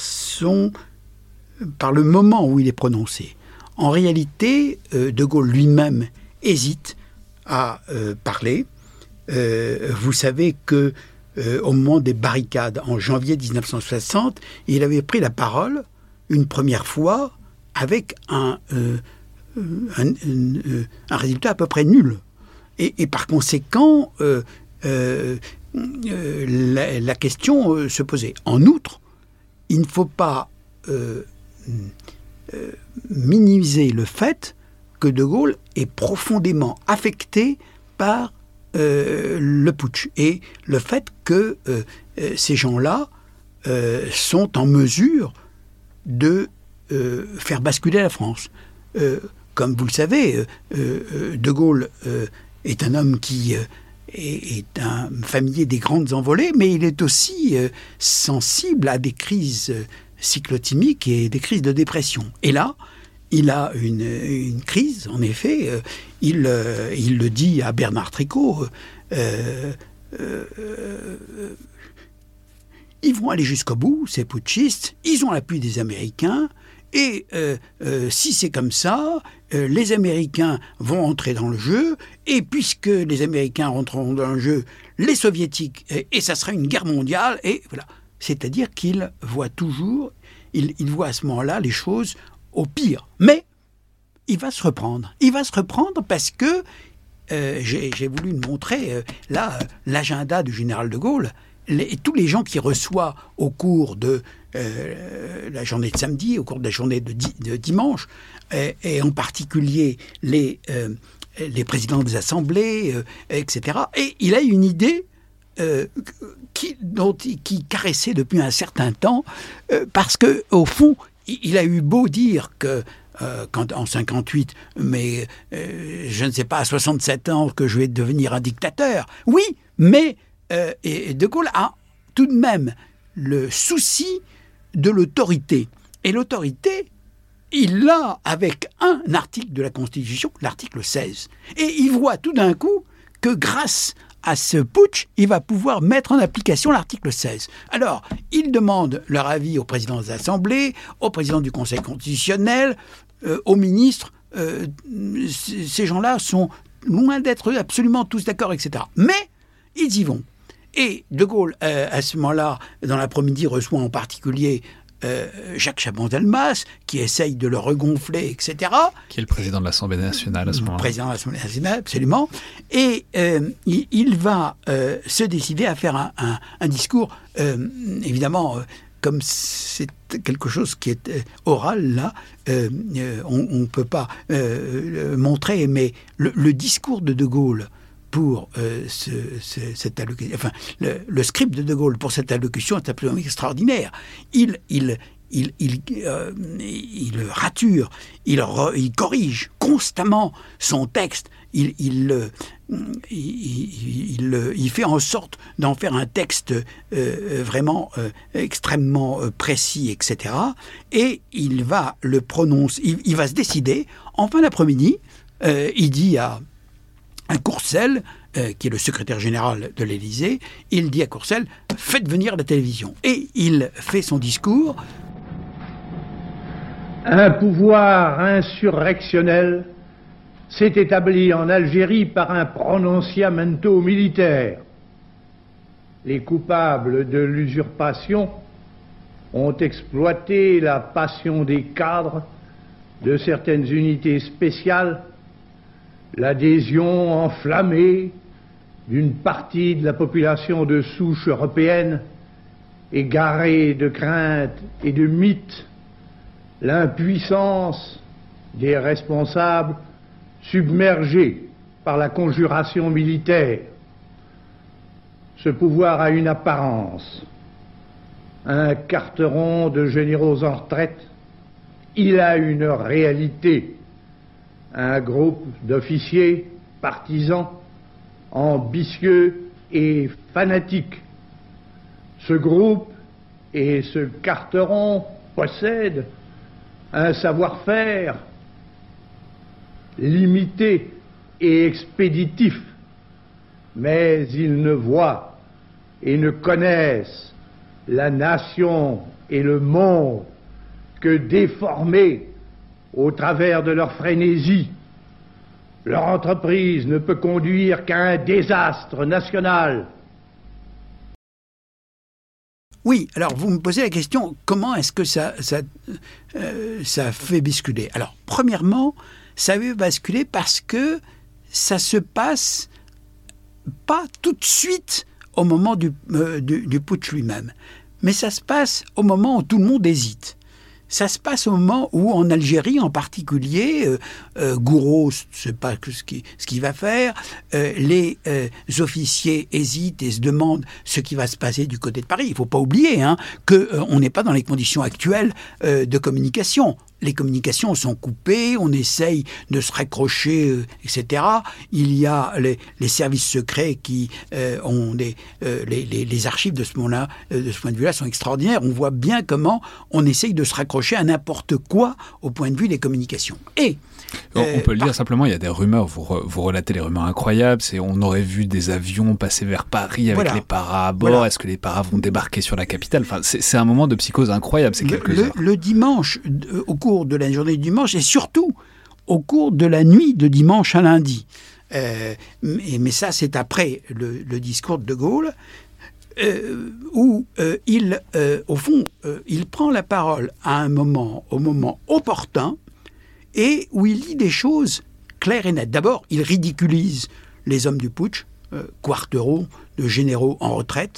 le moment où il est prononcé. En réalité, De Gaulle lui-même hésite à parler. Vous savez que au moment des barricades en janvier 1960, il avait pris la parole une première fois avec un résultat à peu près nul. Et par conséquent, la question se posait. En outre, il ne faut pas minimiser le fait que De Gaulle est profondément affecté par le putsch et le fait que ces gens-là sont en mesure de faire basculer la France. Comme vous le savez, De Gaulle est un homme qui est un familier des grandes envolées, mais il est aussi sensible à des crises cyclotimiques et des crises de dépression. Et là, il a une crise, en effet. Il le dit à Bernard Tricot. Ils vont aller jusqu'au bout, ces putschistes. Ils ont l'appui des Américains. Et si c'est comme ça, les Américains vont entrer dans le jeu. Et puisque les Américains rentreront dans le jeu, les Soviétiques, et ça sera une guerre mondiale. Et voilà. C'est-à-dire qu'il voit toujours, il voit à ce moment-là les choses au pire. Mais il va se reprendre. Il va se reprendre parce que j'ai voulu montrer l'agenda du général de Gaulle. Tous les gens qui reçoit au cours de la journée de samedi, au cours de la journée de dimanche, et en particulier les présidents des assemblées, etc. Et il a une idée qui caressait depuis un certain temps, parce que au fond, il a eu beau dire que quand en 58, mais je ne sais pas, à 67 ans, que je vais devenir un dictateur. Oui, mais et De Gaulle a tout de même le souci de l'autorité. Et l'autorité, il l'a avec un article de la Constitution, l'article 16. Et il voit tout d'un coup que grâce à ce putsch, il va pouvoir mettre en application l'article 16. Alors, il demande leur avis au président des assemblées, au président du Conseil constitutionnel, aux ministres. Ces gens-là sont loin d'être absolument tous d'accord, etc. Mais ils y vont. Et De Gaulle, à ce moment-là, dans l'après-midi, reçoit en particulier Jacques Chaban-Delmas, qui essaye de le regonfler, etc. Qui est le président de l'Assemblée nationale à ce moment-là. Président de l'Assemblée nationale, absolument. Et il va se décider à faire un discours, évidemment, comme c'est quelque chose qui est oral, là, on ne peut pas montrer, mais le discours de Gaulle pour cette allocution, enfin, le script de Gaulle pour cette allocution est absolument extraordinaire. Il rature, il corrige constamment son texte. Il fait en sorte d'en faire un texte vraiment extrêmement précis, etc. Et il va le prononcer, il va se décider. En fin d'après-midi, il dit à Courcelles, qui est le secrétaire général de l'Élysée, il dit à Courcelles, faites venir la télévision. Et il fait son discours. Un pouvoir insurrectionnel s'est établi en Algérie par un prononciamento militaire. Les coupables de l'usurpation ont exploité la passion des cadres de certaines unités spéciales, l'adhésion enflammée d'une partie de la population de souche européenne, égarée de craintes et de mythes, l'impuissance des responsables submergés par la conjuration militaire. Ce pouvoir a une apparence, un carteron de généraux en retraite. Il a une réalité, un groupe d'officiers partisans, ambitieux et fanatiques. Ce groupe et ce carteron possèdent un savoir-faire limité et expéditif, mais ils ne voient et ne connaissent la nation et le monde que déformés au travers de leur frénésie. Leur entreprise ne peut conduire qu'à un désastre national. Oui, alors vous me posez la question, comment est-ce que ça fait basculer? Alors, premièrement, ça fait basculer parce que ça se passe pas tout de suite au moment du putsch lui-même, mais ça se passe au moment où tout le monde hésite. Ça se passe au moment où, en Algérie en particulier, Gouraud ne sait pas ce qu'il va faire, les officiers hésitent et se demandent ce qui va se passer du côté de Paris. Il ne faut pas oublier qu'on n'est pas dans les conditions actuelles de communication. Les communications sont coupées, on essaye de se raccrocher, etc. Il y a les services secrets qui ont les archives de ce moment-là, de ce point de vue-là, sont extraordinaires. On voit bien comment on essaye de se raccrocher à n'importe quoi au point de vue des communications. Et on peut le dire simplement, il y a des rumeurs, vous relatez les rumeurs incroyables, on aurait vu des avions passer vers Paris avec les paras à bord, voilà. Est-ce que les paras vont débarquer sur la capitale? Enfin, c'est un moment de psychose incroyable, ces quelques heures. Le dimanche, au cours de la journée du dimanche, et surtout au cours de la nuit de dimanche à lundi, mais ça c'est après le discours de Gaulle, où au fond, il prend la parole au moment opportun, et où il dit des choses claires et nettes. D'abord, il ridiculise les hommes du putsch, quarteraux de généraux en retraite,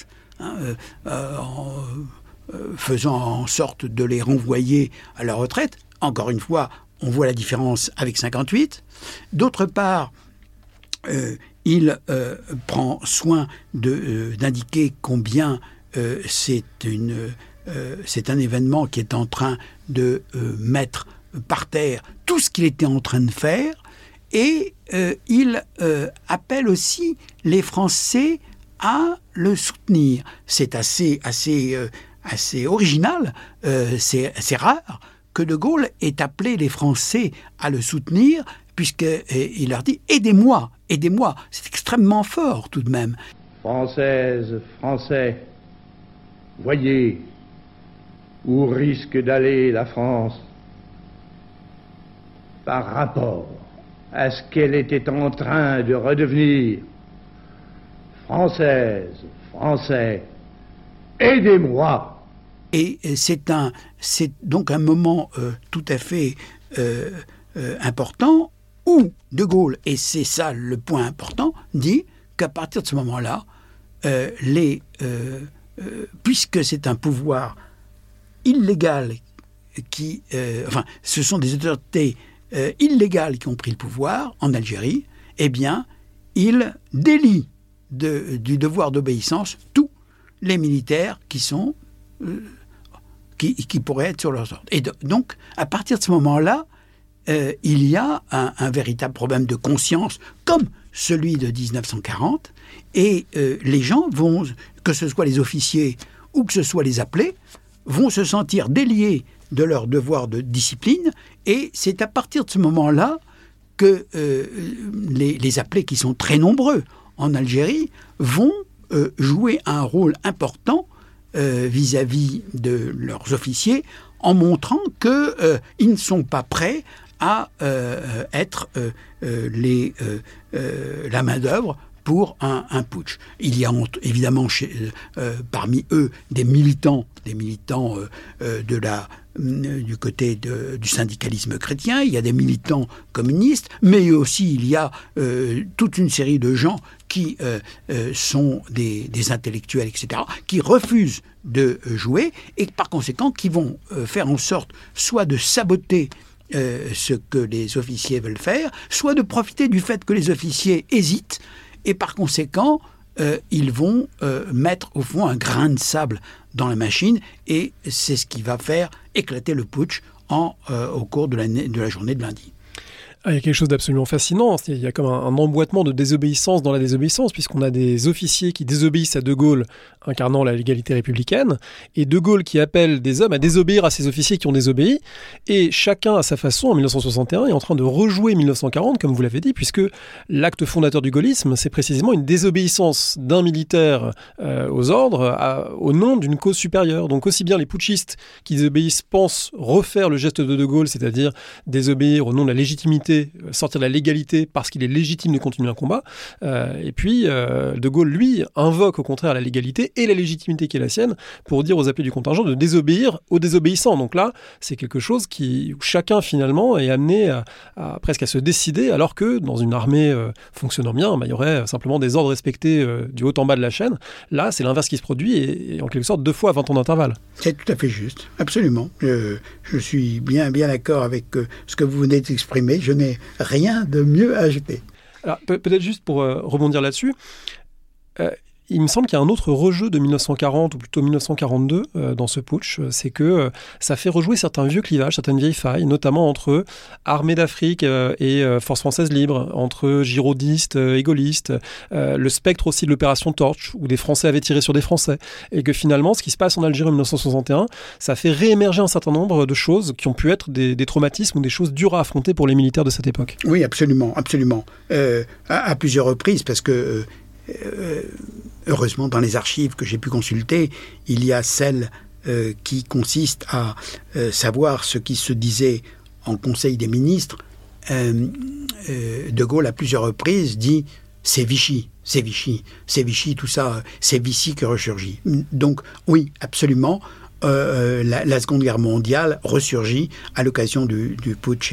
faisant en sorte de les renvoyer à la retraite. Encore une fois, on voit la différence avec 58. D'autre part, il prend soin d'indiquer combien c'est un événement qui est en train de mettre par terre tout ce qu'il était en train de faire, et il appelle aussi les Français à le soutenir. C'est assez original, c'est rare que De Gaulle ait appelé les Français à le soutenir, puisqu'il leur dit « aidez-moi ». C'est extrêmement fort tout de même. Françaises, Français, voyez où risque d'aller la France par rapport à ce qu'elle était en train de redevenir. Françaises, Français, aidez-moi. Et c'est donc un moment tout à fait important où De Gaulle, et c'est ça le point important, dit qu'à partir de ce moment-là, puisque c'est un pouvoir illégal ce sont des autorités illégales qui ont pris le pouvoir en Algérie, eh bien, il délie du devoir d'obéissance tous les militaires qui pourraient être sur leurs ordres. Et donc, à partir de ce moment-là, il y a un véritable problème de conscience, comme celui de 1940, et les gens vont, que ce soit les officiers ou que ce soit les appelés, vont se sentir déliés de leur devoir de discipline, et c'est à partir de ce moment-là que les appelés, qui sont très nombreux en Algérie, vont jouer un rôle important vis-à-vis de leurs officiers, en montrant qu'ils ne sont pas prêts à être la main-d'œuvre pour un putsch. Il y a évidemment parmi eux des militants du côté du syndicalisme chrétien, il y a des militants communistes, mais aussi il y a toute une série de gens qui sont des intellectuels, etc., qui refusent de jouer et par conséquent qui vont faire en sorte soit de saboter ce que les officiers veulent faire, soit de profiter du fait que les officiers hésitent, et par conséquent, ils vont mettre au fond un grain de sable dans la machine, et c'est ce qui va faire éclater le putsch au cours de la journée de lundi. Il y a quelque chose d'absolument fascinant, il y a comme un emboîtement de désobéissance dans la désobéissance, puisqu'on a des officiers qui désobéissent à De Gaulle, incarnant la légalité républicaine, et De Gaulle qui appelle des hommes à désobéir à ces officiers qui ont désobéi, et chacun à sa façon, en 1961, est en train de rejouer 1940, comme vous l'avez dit, puisque l'acte fondateur du gaullisme, c'est précisément une désobéissance d'un militaire aux ordres au nom d'une cause supérieure. Donc aussi bien les putschistes qui désobéissent pensent refaire le geste de Gaulle, c'est-à-dire désobéir au nom de la légitimité, sortir de la légalité parce qu'il est légitime de continuer un combat. Et puis, De Gaulle, lui, invoque au contraire la légalité et la légitimité qui est la sienne pour dire aux appelés du contingent de désobéir aux désobéissants. Donc là, c'est quelque chose où chacun finalement est amené presque à se décider, alors que dans une armée fonctionnant bien, il y aurait simplement des ordres respectés du haut en bas de la chaîne. Là, c'est l'inverse qui se produit et en quelque sorte 2 fois à 20 ans d'intervalle. C'est tout à fait juste, absolument. Je suis bien d'accord avec ce que vous venez d'exprimer. Je n'ai rien de mieux à ajouter. Alors, peut-être juste pour rebondir là-dessus, il me semble qu'il y a un autre rejeu de 1940, ou plutôt 1942, dans ce putsch, c'est que ça fait rejouer certains vieux clivages, certaines vieilles failles, notamment entre Armée d'Afrique et Force française libre, entre giroudistes et gaullistes, le spectre aussi de l'opération Torch, où des Français avaient tiré sur des Français, et que finalement, ce qui se passe en Algérie en 1961, ça fait réémerger un certain nombre de choses qui ont pu être des traumatismes ou des choses dures à affronter pour les militaires de cette époque. Oui, absolument, absolument. À plusieurs reprises, parce que heureusement, dans les archives que j'ai pu consulter, il y a celle qui consiste à savoir ce qui se disait en Conseil des ministres. De Gaulle, à plusieurs reprises, dit « c'est Vichy, c'est Vichy, c'est Vichy, tout ça, c'est Vichy qui ressurgit ». Donc, oui, absolument, la Seconde Guerre mondiale ressurgit à l'occasion du putsch.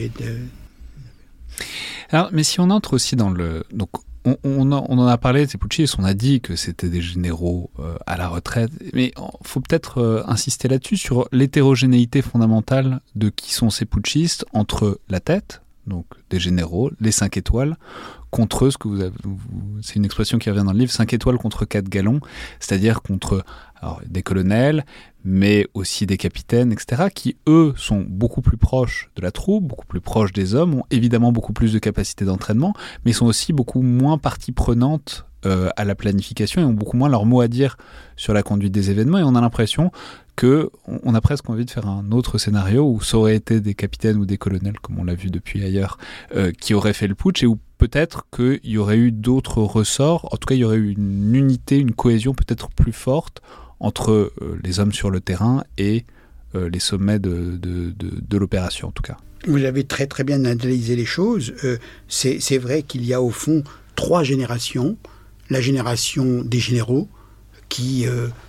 Alors, mais si on entre aussi dans le... Donc, on en a parlé de ces putschistes, on a dit que c'était des généraux à la retraite, mais il faut peut-être insister là-dessus, sur l'hétérogénéité fondamentale de qui sont ces putschistes entre la tête, donc des généraux, les 5 étoiles, contre ce que c'est une expression qui revient dans le livre, 5 étoiles contre 4 galons, c'est-à-dire contre des colonels, mais aussi des capitaines, etc., qui, eux, sont beaucoup plus proches de la troupe, beaucoup plus proches des hommes, ont évidemment beaucoup plus de capacité d'entraînement, mais sont aussi beaucoup moins partie prenante à la planification et ont beaucoup moins leur mot à dire sur la conduite des événements. Et on a l'impression qu'on a presque envie de faire un autre scénario où ça aurait été des capitaines ou des colonels, comme on l'a vu depuis ailleurs, qui auraient fait le putsch, et où peut-être qu'il y aurait eu d'autres ressorts, en tout cas il y aurait eu une unité, une cohésion peut-être plus forte entre les hommes sur le terrain et les sommets de l'opération en tout cas. Vous avez très très bien analysé les choses. C'est vrai qu'il y a au fond 3 générations. La génération des généraux qui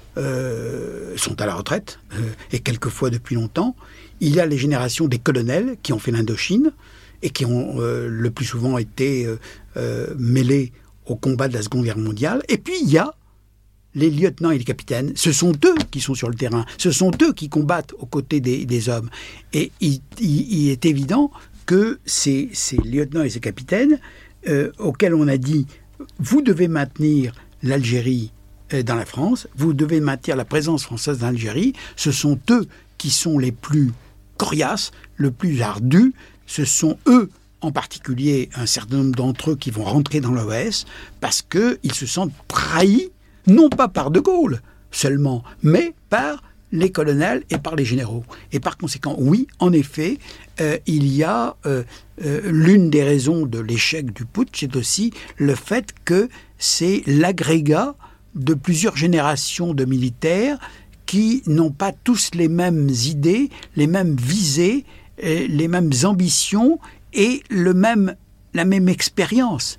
sont à la retraite, et quelquefois depuis longtemps. Il y a les générations des colonels qui ont fait l'Indochine et qui ont le plus souvent été mêlés au combat de la Seconde Guerre mondiale. Et puis il y a les lieutenants et les capitaines. Ce sont eux qui sont sur le terrain. Ce sont eux qui combattent aux côtés des hommes. Et il est évident que ces lieutenants et ces capitaines auxquels on a dit « vous devez maintenir l'Algérie dans la France, vous devez maintenir la présence française dans l'Algérie », ce sont eux qui sont les plus coriaces, le plus ardus. Ce sont eux, en particulier un certain nombre d'entre eux, qui vont rentrer dans l'OAS parce qu'ils se sentent trahis, non pas par De Gaulle seulement, mais par les colonels et par les généraux. Et par conséquent, oui, en effet, il y a l'une des raisons de l'échec du putsch, c'est aussi le fait que c'est l'agrégat de plusieurs générations de militaires qui n'ont pas tous les mêmes idées, les mêmes visées, les mêmes ambitions et la même expérience.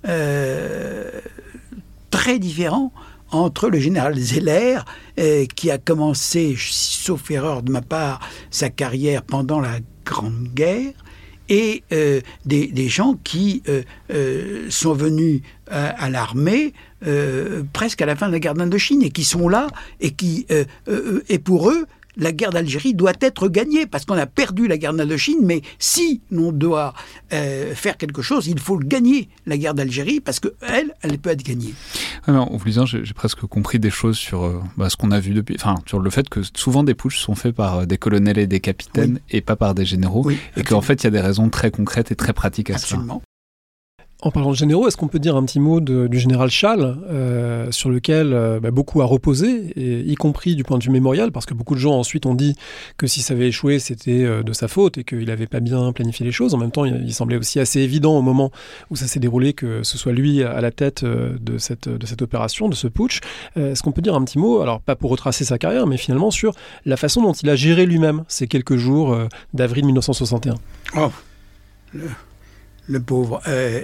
Très différent entre le général Zeller, qui a commencé, sauf erreur de ma part, sa carrière pendant la Grande Guerre, et des gens qui sont venus à l'armée presque à la fin de la guerre d'Indochine et qui sont là et et pour eux, la guerre d'Algérie doit être gagnée parce qu'on a perdu la guerre d'Indochine, mais si l'on doit faire quelque chose, il faut le gagner, la guerre d'Algérie, parce qu'elle peut être gagnée. Alors, en vous lisant, j'ai presque compris des choses sur ce qu'on a vu depuis, sur le fait que souvent des putschs sont faits par des colonels et des capitaines et pas par des généraux, et qu'en fait il y a des raisons très concrètes et très pratiques à cela. En parlant de généraux, est-ce qu'on peut dire un petit mot du général Schall, sur lequel beaucoup a reposé, y compris du point de vue mémorial, parce que beaucoup de gens ensuite ont dit que si ça avait échoué, c'était de sa faute et qu'il n'avait pas bien planifié les choses. En même temps, il semblait aussi assez évident au moment où ça s'est déroulé que ce soit lui à la tête de cette opération, de ce putsch. Est-ce qu'on peut dire un petit mot, alors pas pour retracer sa carrière, mais finalement sur la façon dont il a géré lui-même ces quelques jours d'avril 1961 ? Le pauvre.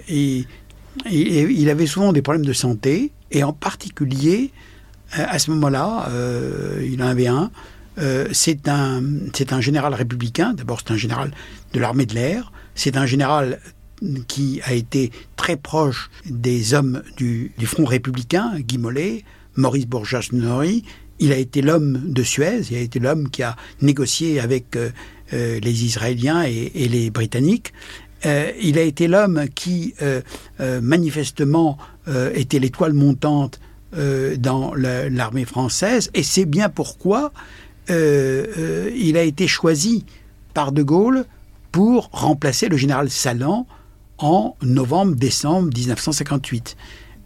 Il avait souvent des problèmes de santé, et en particulier, à ce moment-là, il en avait un. C'est un général républicain. D'abord, c'est un général de l'armée de l'air. C'est un général qui a été très proche des hommes du Front républicain, Guy Mollet, Maurice Bourgeat-Nory. Il a été l'homme de Suez. Il a été l'homme qui a négocié avec les Israéliens et les Britanniques. Il a été l'homme qui, manifestement, était l'étoile montante dans l'armée française, et c'est bien pourquoi il a été choisi par De Gaulle pour remplacer le général Salan en novembre-décembre 1958.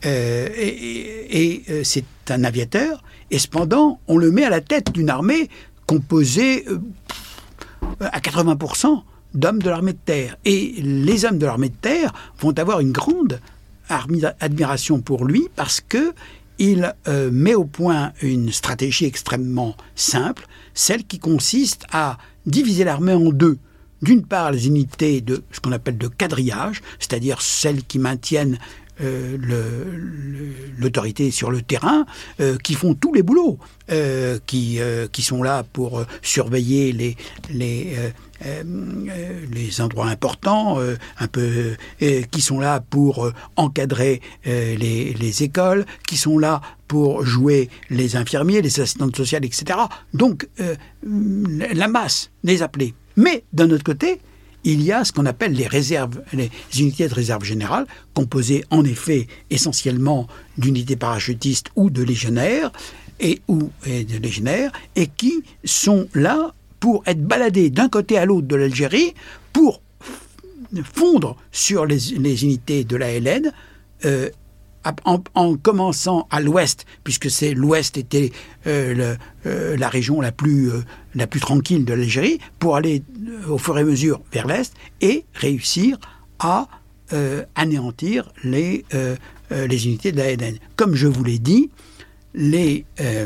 C'est un aviateur, et cependant, on le met à la tête d'une armée composée à 80% d'hommes de l'armée de terre. Et les hommes de l'armée de terre vont avoir une grande admiration pour lui parce qu'il met au point une stratégie extrêmement simple, celle qui consiste à diviser l'armée en deux. D'une part, les unités de ce qu'on appelle de quadrillage, c'est-à-dire celles qui maintiennent l'autorité sur le terrain, qui font tous les boulots, qui sont là pour surveiller les endroits importants, qui sont là pour encadrer les écoles, qui sont là pour jouer les infirmiers, les assistantes sociales, etc. Donc, la masse, les appelés. Mais, d'un autre côté, il y a ce qu'on appelle les unités de réserve générale, composées en effet essentiellement d'unités parachutistes ou de légionnaires, et qui sont là pour être baladés d'un côté à l'autre de l'Algérie pour fondre sur les unités de la LN, en commençant à l'ouest, puisque l'ouest était la région la plus tranquille de l'Algérie, pour aller au fur et à mesure vers l'est et réussir à anéantir les unités de la LN. Comme je vous l'ai dit, les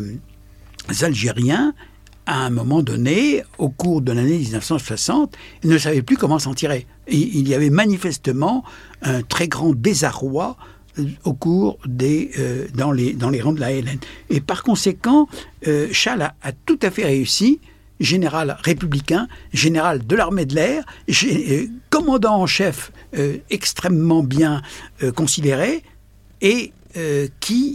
Algériens, à un moment donné, au cours de l'année 1960, ne savaient plus comment s'en tirer. Il y avait manifestement un très grand désarroi au cours dans les rangs de la LN. Et par conséquent, Challe a tout à fait réussi, général républicain, général de l'armée de l'air, commandant en chef extrêmement bien considéré, et qui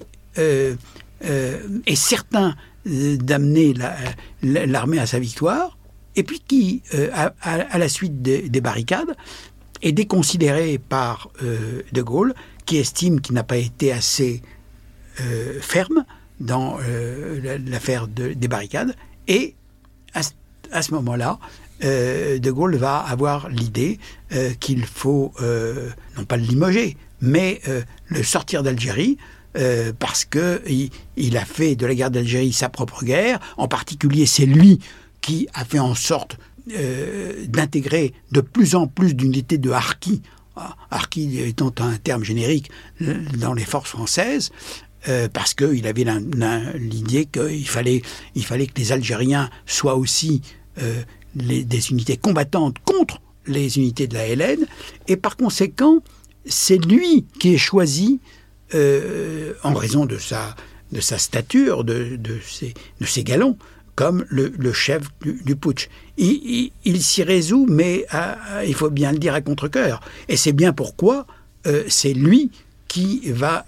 est certain d'amener l'armée à sa victoire, et puis qui, à la suite des barricades, est déconsidéré par De Gaulle, qui estime qu'il n'a pas été assez ferme dans l'affaire des barricades. Et à ce moment-là, De Gaulle va avoir l'idée qu'il faut, non pas le limoger, mais le sortir d'Algérie, parce qu'il a fait de la guerre d'Algérie sa propre guerre. En particulier, c'est lui qui a fait en sorte d'intégrer de plus en plus d'unités de harkis, harkis étant un terme générique dans les forces françaises, parce qu'il avait l'idée qu'il fallait que les Algériens soient aussi des unités combattantes contre les unités de la LN, et par conséquent, c'est lui qui est choisi, en raison de sa stature, de ses galons, comme le chef du putsch. Il s'y résout, mais il faut bien le dire à contre-cœur. Et c'est bien pourquoi c'est lui qui va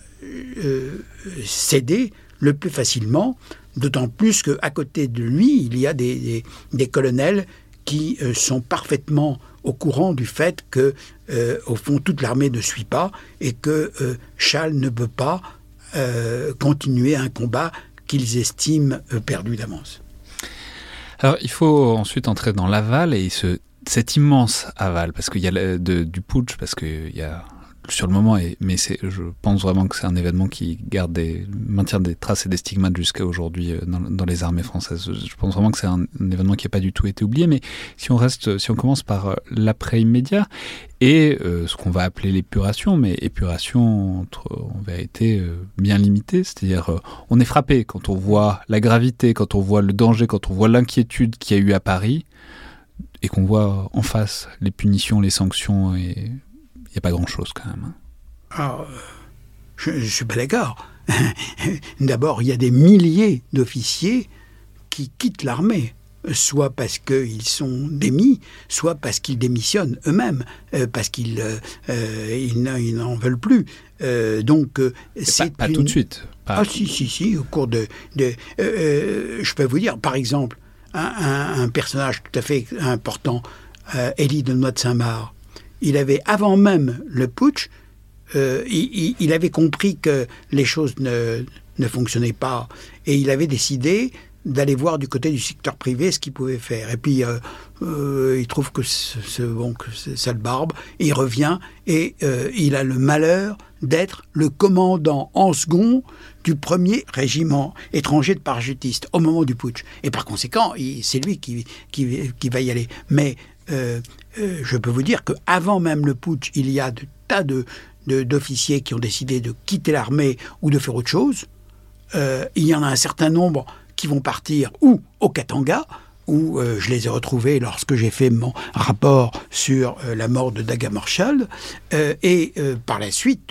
céder le plus facilement, d'autant plus qu'à côté de lui, il y a des colonels qui sont parfaitement au courant du fait que, au fond, toute l'armée ne suit pas et que Challe ne peut pas continuer un combat qu'ils estiment perdu d'avance. Alors, il faut ensuite entrer dans l'aval et cet immense aval, parce qu'il y a du putsch, parce qu'il y a sur le moment, mais je pense vraiment que c'est un événement qui maintient des traces et des stigmates jusqu'à aujourd'hui dans les armées françaises. Je pense vraiment que c'est un événement qui n'a pas du tout été oublié, mais si on commence par l'après-immédiat et ce qu'on va appeler l'épuration, mais épuration en vérité bien limitée, c'est-à-dire on est frappé quand on voit la gravité, quand on voit le danger, quand on voit l'inquiétude qu'il y a eu à Paris, et qu'on voit en face les punitions, les sanctions, et il n'y a pas grand-chose quand même. Alors, je ne suis pas d'accord. D'abord, il y a des milliers d'officiers qui quittent l'armée, soit parce qu'ils sont démis, soit parce qu'ils démissionnent eux-mêmes, parce qu'ils n'en veulent plus. Donc, c'est pas tout de suite. Ah si, au cours je peux vous dire, par exemple, un personnage tout à fait important, Élie de Noix de Saint-Marc. Il avait, avant même le putsch, il avait compris que les choses ne fonctionnaient pas, et il avait décidé d'aller voir du côté du secteur privé ce qu'il pouvait faire. Et puis, il trouve que c'est le barbe, et il revient, et il a le malheur d'être le commandant en second du 1er régiment étranger de parachutistes au moment du putsch. Et par conséquent, c'est lui qui va y aller. Mais je peux vous dire qu'avant même le putsch, il y a de tas d'officiers qui ont décidé de quitter l'armée ou de faire autre chose. Il y en a un certain nombre qui vont partir ou au Katanga, où je les ai retrouvés lorsque j'ai fait mon rapport sur la mort de Daga Marshall, et par la suite,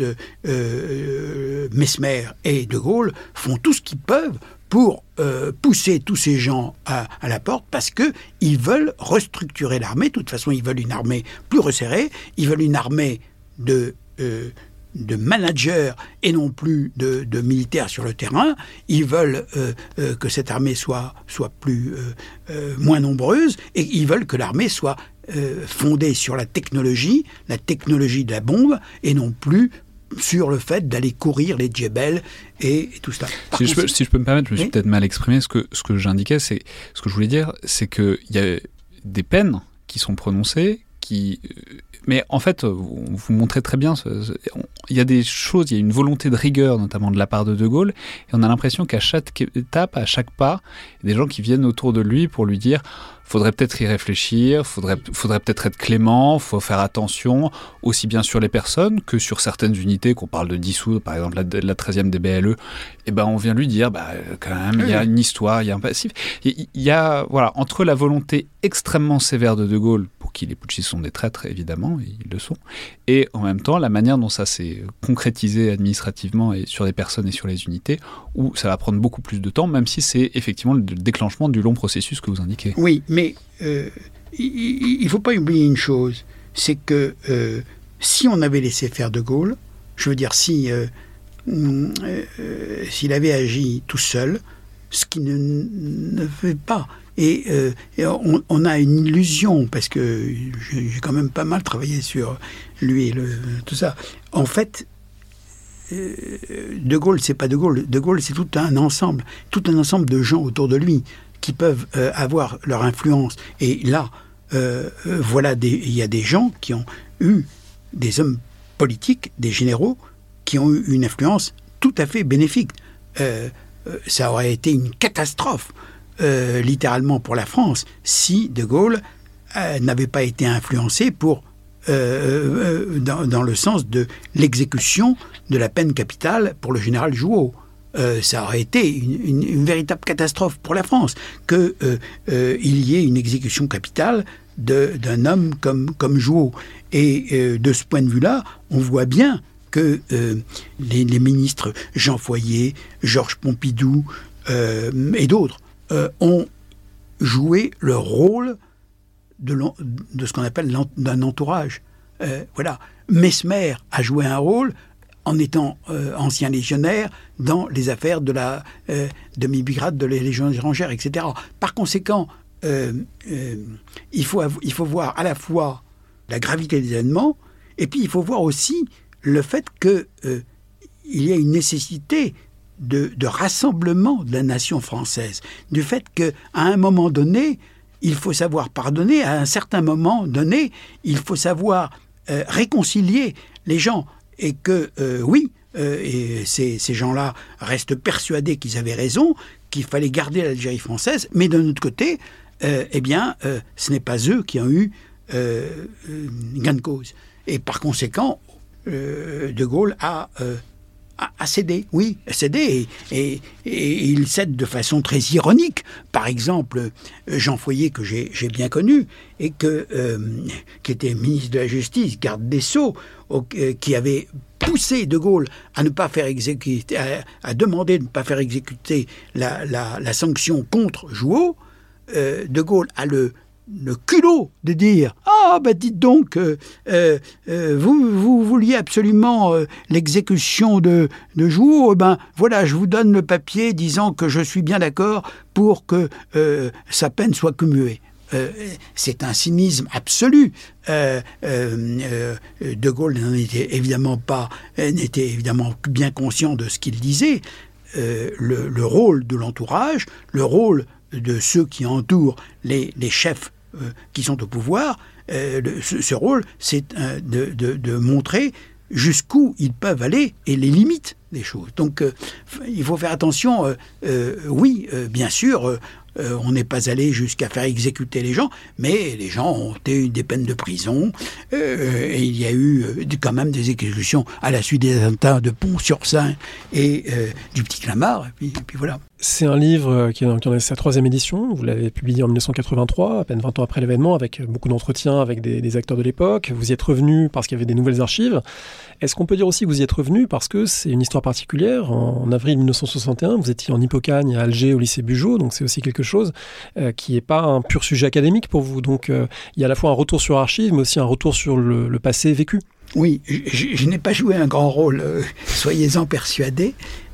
Mesmer et De Gaulle font tout ce qu'ils peuvent pour pousser tous ces gens à la porte, parce qu'ils veulent restructurer l'armée. De toute façon, ils veulent une armée plus resserrée, ils veulent une armée de managers et non plus de militaires sur le terrain. Ils veulent que cette armée soit moins nombreuse, et ils veulent que l'armée soit fondée sur la technologie de la bombe, et non plus sur le fait d'aller courir les djebels et tout cela. Si je peux me permettre, je me suis peut-être mal exprimé. Ce que j'indiquais, ce que je voulais dire, c'est qu'il y a des peines qui sont prononcées, mais en fait, vous montrez très bien, il y a des choses, il y a une volonté de rigueur, notamment de la part de De Gaulle, et on a l'impression qu'à chaque étape, à chaque pas, il y a des gens qui viennent autour de lui pour lui dire faudrait peut-être y réfléchir, faudrait peut-être être clément, faut faire attention, aussi bien sur les personnes que sur certaines unités qu'on parle de dissoudre, par exemple la 13e des BLE, et on vient lui dire, quand même, il y a une histoire, il y a un passif. Il y a, voilà, entre la volonté extrêmement sévère de Gaulle, pour qui les putschistes sont des traîtres, évidemment, et ils le sont, et en même temps, la manière dont ça s'est concrétisé administrativement et sur les personnes et sur les unités, où ça va prendre beaucoup plus de temps, même si c'est effectivement le déclenchement du long processus que vous indiquez. Oui, mais il ne faut pas oublier une chose, c'est que si on avait laissé faire De Gaulle, je veux dire, s'il avait agi tout seul, ce qu'il ne fait pas, et on a une illusion, parce que j'ai quand même pas mal travaillé sur lui et tout ça. En fait, De Gaulle, c'est pas De Gaulle. De Gaulle, c'est tout un ensemble de gens autour de lui qui peuvent avoir leur influence. Et là, il y a des gens qui ont eu, des hommes politiques, des généraux, qui ont eu une influence tout à fait bénéfique. Ça aurait été une catastrophe, littéralement pour la France, si De Gaulle n'avait pas été influencé dans le sens de l'exécution de la peine capitale pour le général Jouhaud. Ça aurait été une véritable catastrophe pour la France qu'il y ait une exécution capitale d'un homme comme Jouhaud. Et de ce point de vue-là, on voit bien que les ministres Jean Foyer, Georges Pompidou et d'autres ont joué le rôle de ce qu'on appelle d'un entourage. Voilà. Mesmer a joué un rôle en étant ancien légionnaire dans les affaires de la demi-brigade de la Légion étrangère, etc. Par conséquent, il faut voir à la fois la gravité des événements, et puis il faut voir aussi le fait qu'il y a une nécessité de rassemblement de la nation française, du fait qu'à un moment donné, il faut savoir pardonner, à un certain moment donné, il faut savoir réconcilier les gens. Et que, et ces gens-là restent persuadés qu'ils avaient raison, qu'il fallait garder l'Algérie française, mais d'un autre côté, ce n'est pas eux qui ont eu gain de cause. Et par conséquent, De Gaulle a cédé, et il cède de façon très ironique. Par exemple, Jean Foyer, que j'ai bien connu, et qui était ministre de la Justice, garde des Sceaux, qui avait poussé De Gaulle à ne pas faire exécuter, à demander de ne pas faire exécuter la sanction contre Jouhaud. De Gaulle a le culot de dire « Ah, dites donc, vous vouliez absolument l'exécution de Jouhaud, voilà, je vous donne le papier disant que je suis bien d'accord pour que sa peine soit commuée. » C'est un cynisme absolu. De Gaulle n'était évidemment bien conscient de ce qu'il disait. Le rôle de l'entourage, le rôle de ceux qui entourent les chefs qui sont au pouvoir, ce rôle, c'est de montrer jusqu'où ils peuvent aller et les limites des choses. Donc, il faut faire attention. Bien sûr, on n'est pas allé jusqu'à faire exécuter les gens, mais les gens ont eu des peines de prison, et il y a eu quand même des exécutions à la suite des attentats de Pont-sur-Seine et du Petit Clamart, et puis voilà. C'est un livre qui en est sa 3e édition. Vous l'avez publié en 1983, à peine 20 ans après l'événement, avec beaucoup d'entretiens avec des acteurs de l'époque. Vous y êtes revenu parce qu'il y avait des nouvelles archives. Est-ce qu'on peut dire aussi que vous y êtes revenu parce que c'est une histoire particulière? En avril 1961, vous étiez en Hippocagne à Alger au lycée Bugeaud, donc c'est aussi quelque chose qui n'est pas un pur sujet académique pour vous. Donc il y a à la fois un retour sur archives, mais aussi un retour sur le passé vécu. Oui, je n'ai pas joué un grand rôle, soyez-en persuadés.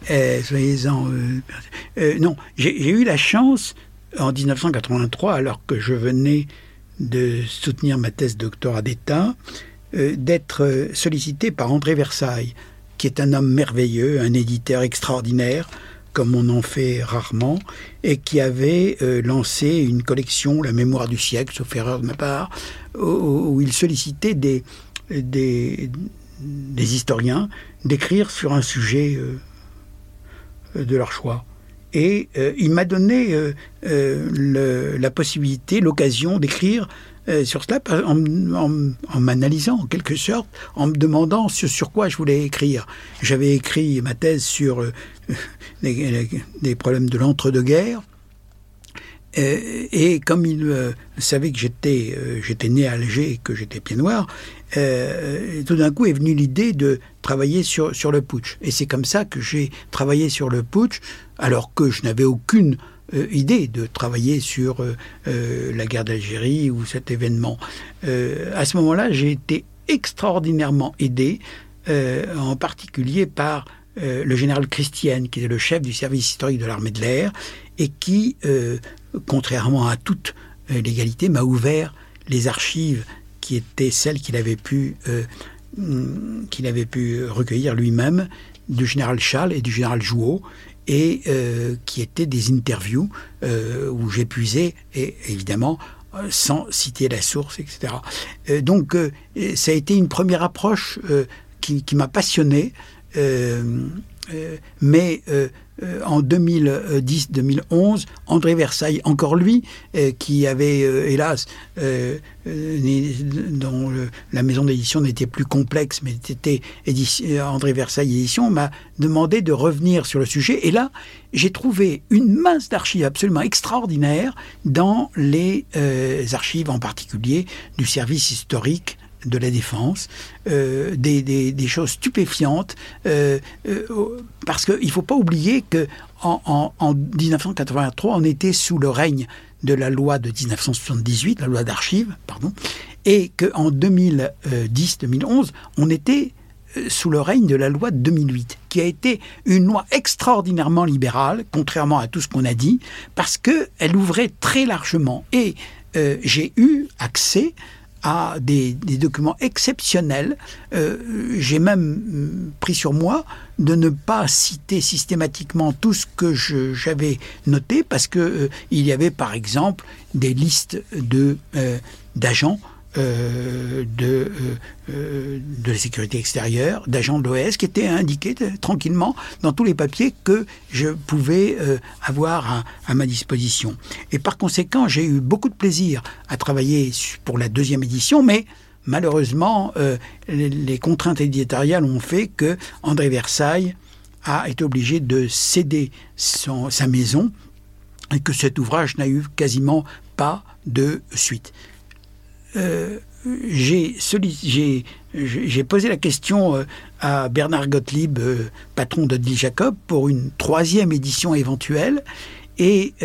Non, j'ai eu la chance, en 1983, alors que je venais de soutenir ma thèse de doctorat d'État, d'être sollicité par André Versailles, qui est un homme merveilleux, un éditeur extraordinaire, comme on en fait rarement, et qui avait lancé une collection, La Mémoire du siècle, sauf erreur de ma part, où il sollicitait des historiens d'écrire sur un sujet de leur choix. Et il m'a donné la possibilité, l'occasion d'écrire sur cela en m'analysant en quelque sorte, en me demandant sur quoi je voulais écrire. J'avais écrit ma thèse sur des problèmes de l'entre-deux-guerres. Et comme il savait que j'étais né à Alger et que j'étais pied noir, tout d'un coup est venue l'idée de travailler sur le putsch. Et c'est comme ça que j'ai travaillé sur le putsch, alors que je n'avais aucune idée de travailler sur la guerre d'Algérie ou cet événement. À ce moment-là, j'ai été extraordinairement aidé, en particulier par le général Christienne, qui est le chef du service historique de l'armée de l'air, et qui, contrairement à toute légalité, m'a ouvert les archives qui étaient celles qu'il avait pu recueillir lui-même du général Schall et du général Jouot, et qui étaient des interviews où j'ai puisé, et évidemment sans citer la source, etc. Donc ça a été une première approche qui m'a passionné, mais en 2010-2011, André Versailles, encore lui, qui avait, hélas, dont la maison d'édition n'était plus complexe, mais c'était André Versailles Édition, m'a demandé de revenir sur le sujet. Et là, j'ai trouvé une masse d'archives absolument extraordinaires dans les archives, en particulier du service historique de la Défense, des choses stupéfiantes, parce qu'il ne faut pas oublier qu'en 1983, on était sous le règne de la loi de 1978, la loi d'archives, pardon, et qu'en 2010-2011, on était sous le règne de la loi de 2008, qui a été une loi extraordinairement libérale, contrairement à tout ce qu'on a dit, parce qu'elle ouvrait très largement. Et j'ai eu accès à des documents exceptionnels. J'ai même pris sur moi de ne pas citer systématiquement tout ce que j'avais noté, parce que il y avait par exemple des listes d'agents de la sécurité extérieure, d'agents de l'OAS, qui étaient indiqués tranquillement dans tous les papiers que je pouvais avoir à ma disposition. Et par conséquent, j'ai eu beaucoup de plaisir à travailler pour la deuxième édition, mais malheureusement, les contraintes éditoriales ont fait que André Versailles a été obligé de céder sa maison et que cet ouvrage n'a eu quasiment pas de suite. J'ai posé la question à Bernard Gottlieb, patron d'Odile Jacob, pour une troisième édition éventuelle, et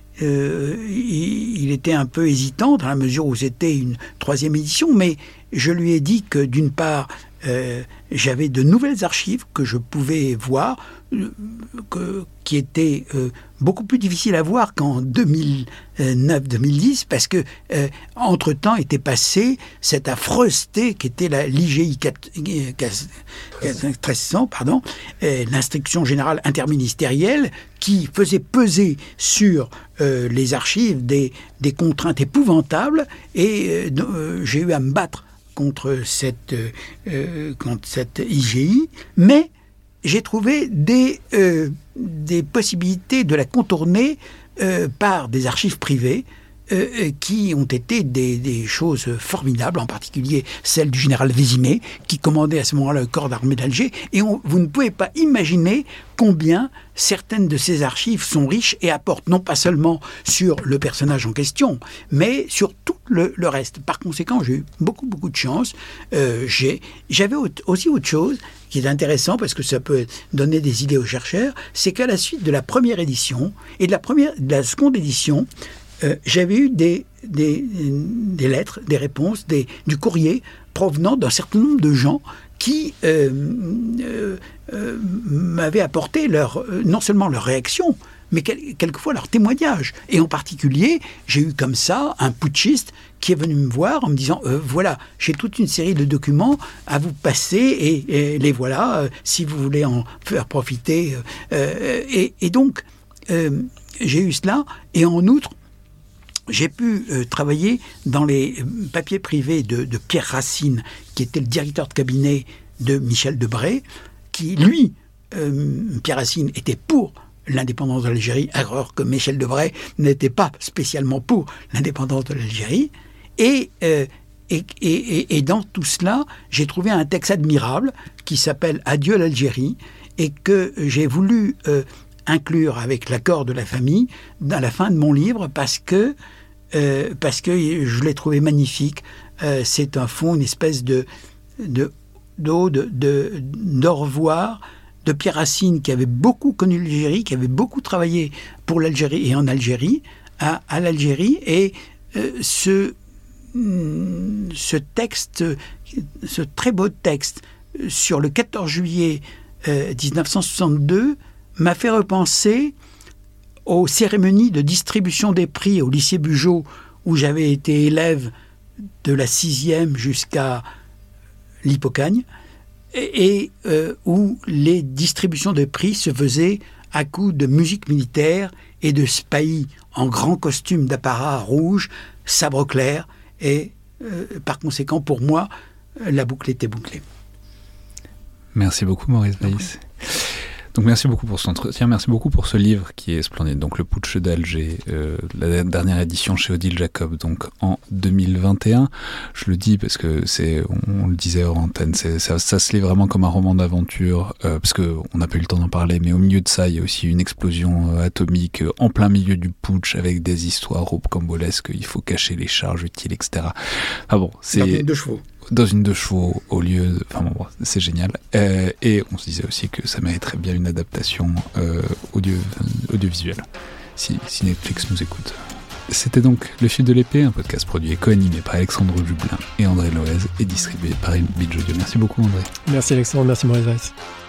il était un peu hésitant dans la mesure où c'était une troisième édition, mais je lui ai dit que d'une part, j'avais de nouvelles archives que je pouvais voir, qui étaient beaucoup plus difficiles à voir qu'en 2009-2010, parce que entre-temps était passée cette affreusité qui était l'IGI 1300, pardon, l'instruction générale interministérielle, qui faisait peser sur les archives des contraintes épouvantables, et j'ai eu à me battre contre cette IGI, mais j'ai trouvé des possibilités de la contourner par des archives privées qui ont été des choses formidables, en particulier celle du général Vésimet, qui commandait à ce moment-là le corps d'armée d'Alger. Et vous ne pouvez pas imaginer combien certaines de ces archives sont riches et apportent non pas seulement sur le personnage en question, mais sur tout le reste. Par conséquent, j'ai eu beaucoup de chance. J'avais aussi autre chose qui est intéressant, parce que ça peut donner des idées aux chercheurs, c'est qu'à la suite de la première édition et de la seconde édition, j'avais eu des lettres, des réponses, du courrier provenant d'un certain nombre de gens qui m'avaient apporté non seulement leur réaction, mais quelquefois leur témoignage. Et en particulier, j'ai eu comme ça un putschiste qui est venu me voir en me disant voilà, j'ai toute une série de documents à vous passer et les voilà, si vous voulez en faire profiter. Et donc, j'ai eu cela. Et en outre, j'ai pu travailler dans les papiers privés de Pierre Racine, qui était le directeur de cabinet de Michel Debré, qui, lui, Pierre Racine, était pour l'indépendance de l'Algérie, alors que Michel Debré n'était pas spécialement pour l'indépendance de l'Algérie. Et dans tout cela, j'ai trouvé un texte admirable qui s'appelle « Adieu l'Algérie » et que j'ai voulu inclure avec l'accord de la famille à la fin de mon livre parce que je l'ai trouvé magnifique. C'est un fond, une espèce d'au revoir de Pierre Racine, qui avait beaucoup connu l'Algérie, qui avait beaucoup travaillé pour l'Algérie et en Algérie, à l'Algérie. Et ce texte, ce très beau texte sur le 14 juillet 1962 m'a fait repenser aux cérémonies de distribution des prix au lycée Bugeaud, où j'avais été élève de la 6e jusqu'à l'Hippocagne, et où les distributions de prix se faisaient à coups de musique militaire et de spahis en grand costume d'apparat rouge, sabre clair, et par conséquent, pour moi, la boucle était bouclée. Merci beaucoup, Maurice Baïs. Donc merci beaucoup pour cet entretien, merci beaucoup pour ce livre qui est splendide. Donc Le Putsch d'Alger, la dernière édition chez Odile Jacob, donc en 2021. Je le dis parce que on le disait hors antenne, ça se lit vraiment comme un roman d'aventure, parce que on n'a pas eu le temps d'en parler, mais au milieu de ça, il y a aussi une explosion atomique en plein milieu du putsch avec des histoires rocambolesques, il faut cacher les charges utiles, etc. Ah bon, c'est... Dans une 2 chevaux. Dans une 2 chevaux au lieu... Enfin bon, c'est génial. Et on se disait aussi que ça mériterait bien une adaptation audiovisuelle, si Netflix nous écoute. C'était donc Le Fil de l'Épée, un podcast produit et co-animé par Alexandre Jublin et André Loez et distribué par Beach Audio. Merci beaucoup, André. Merci Alexandre, merci Maurice Weiss.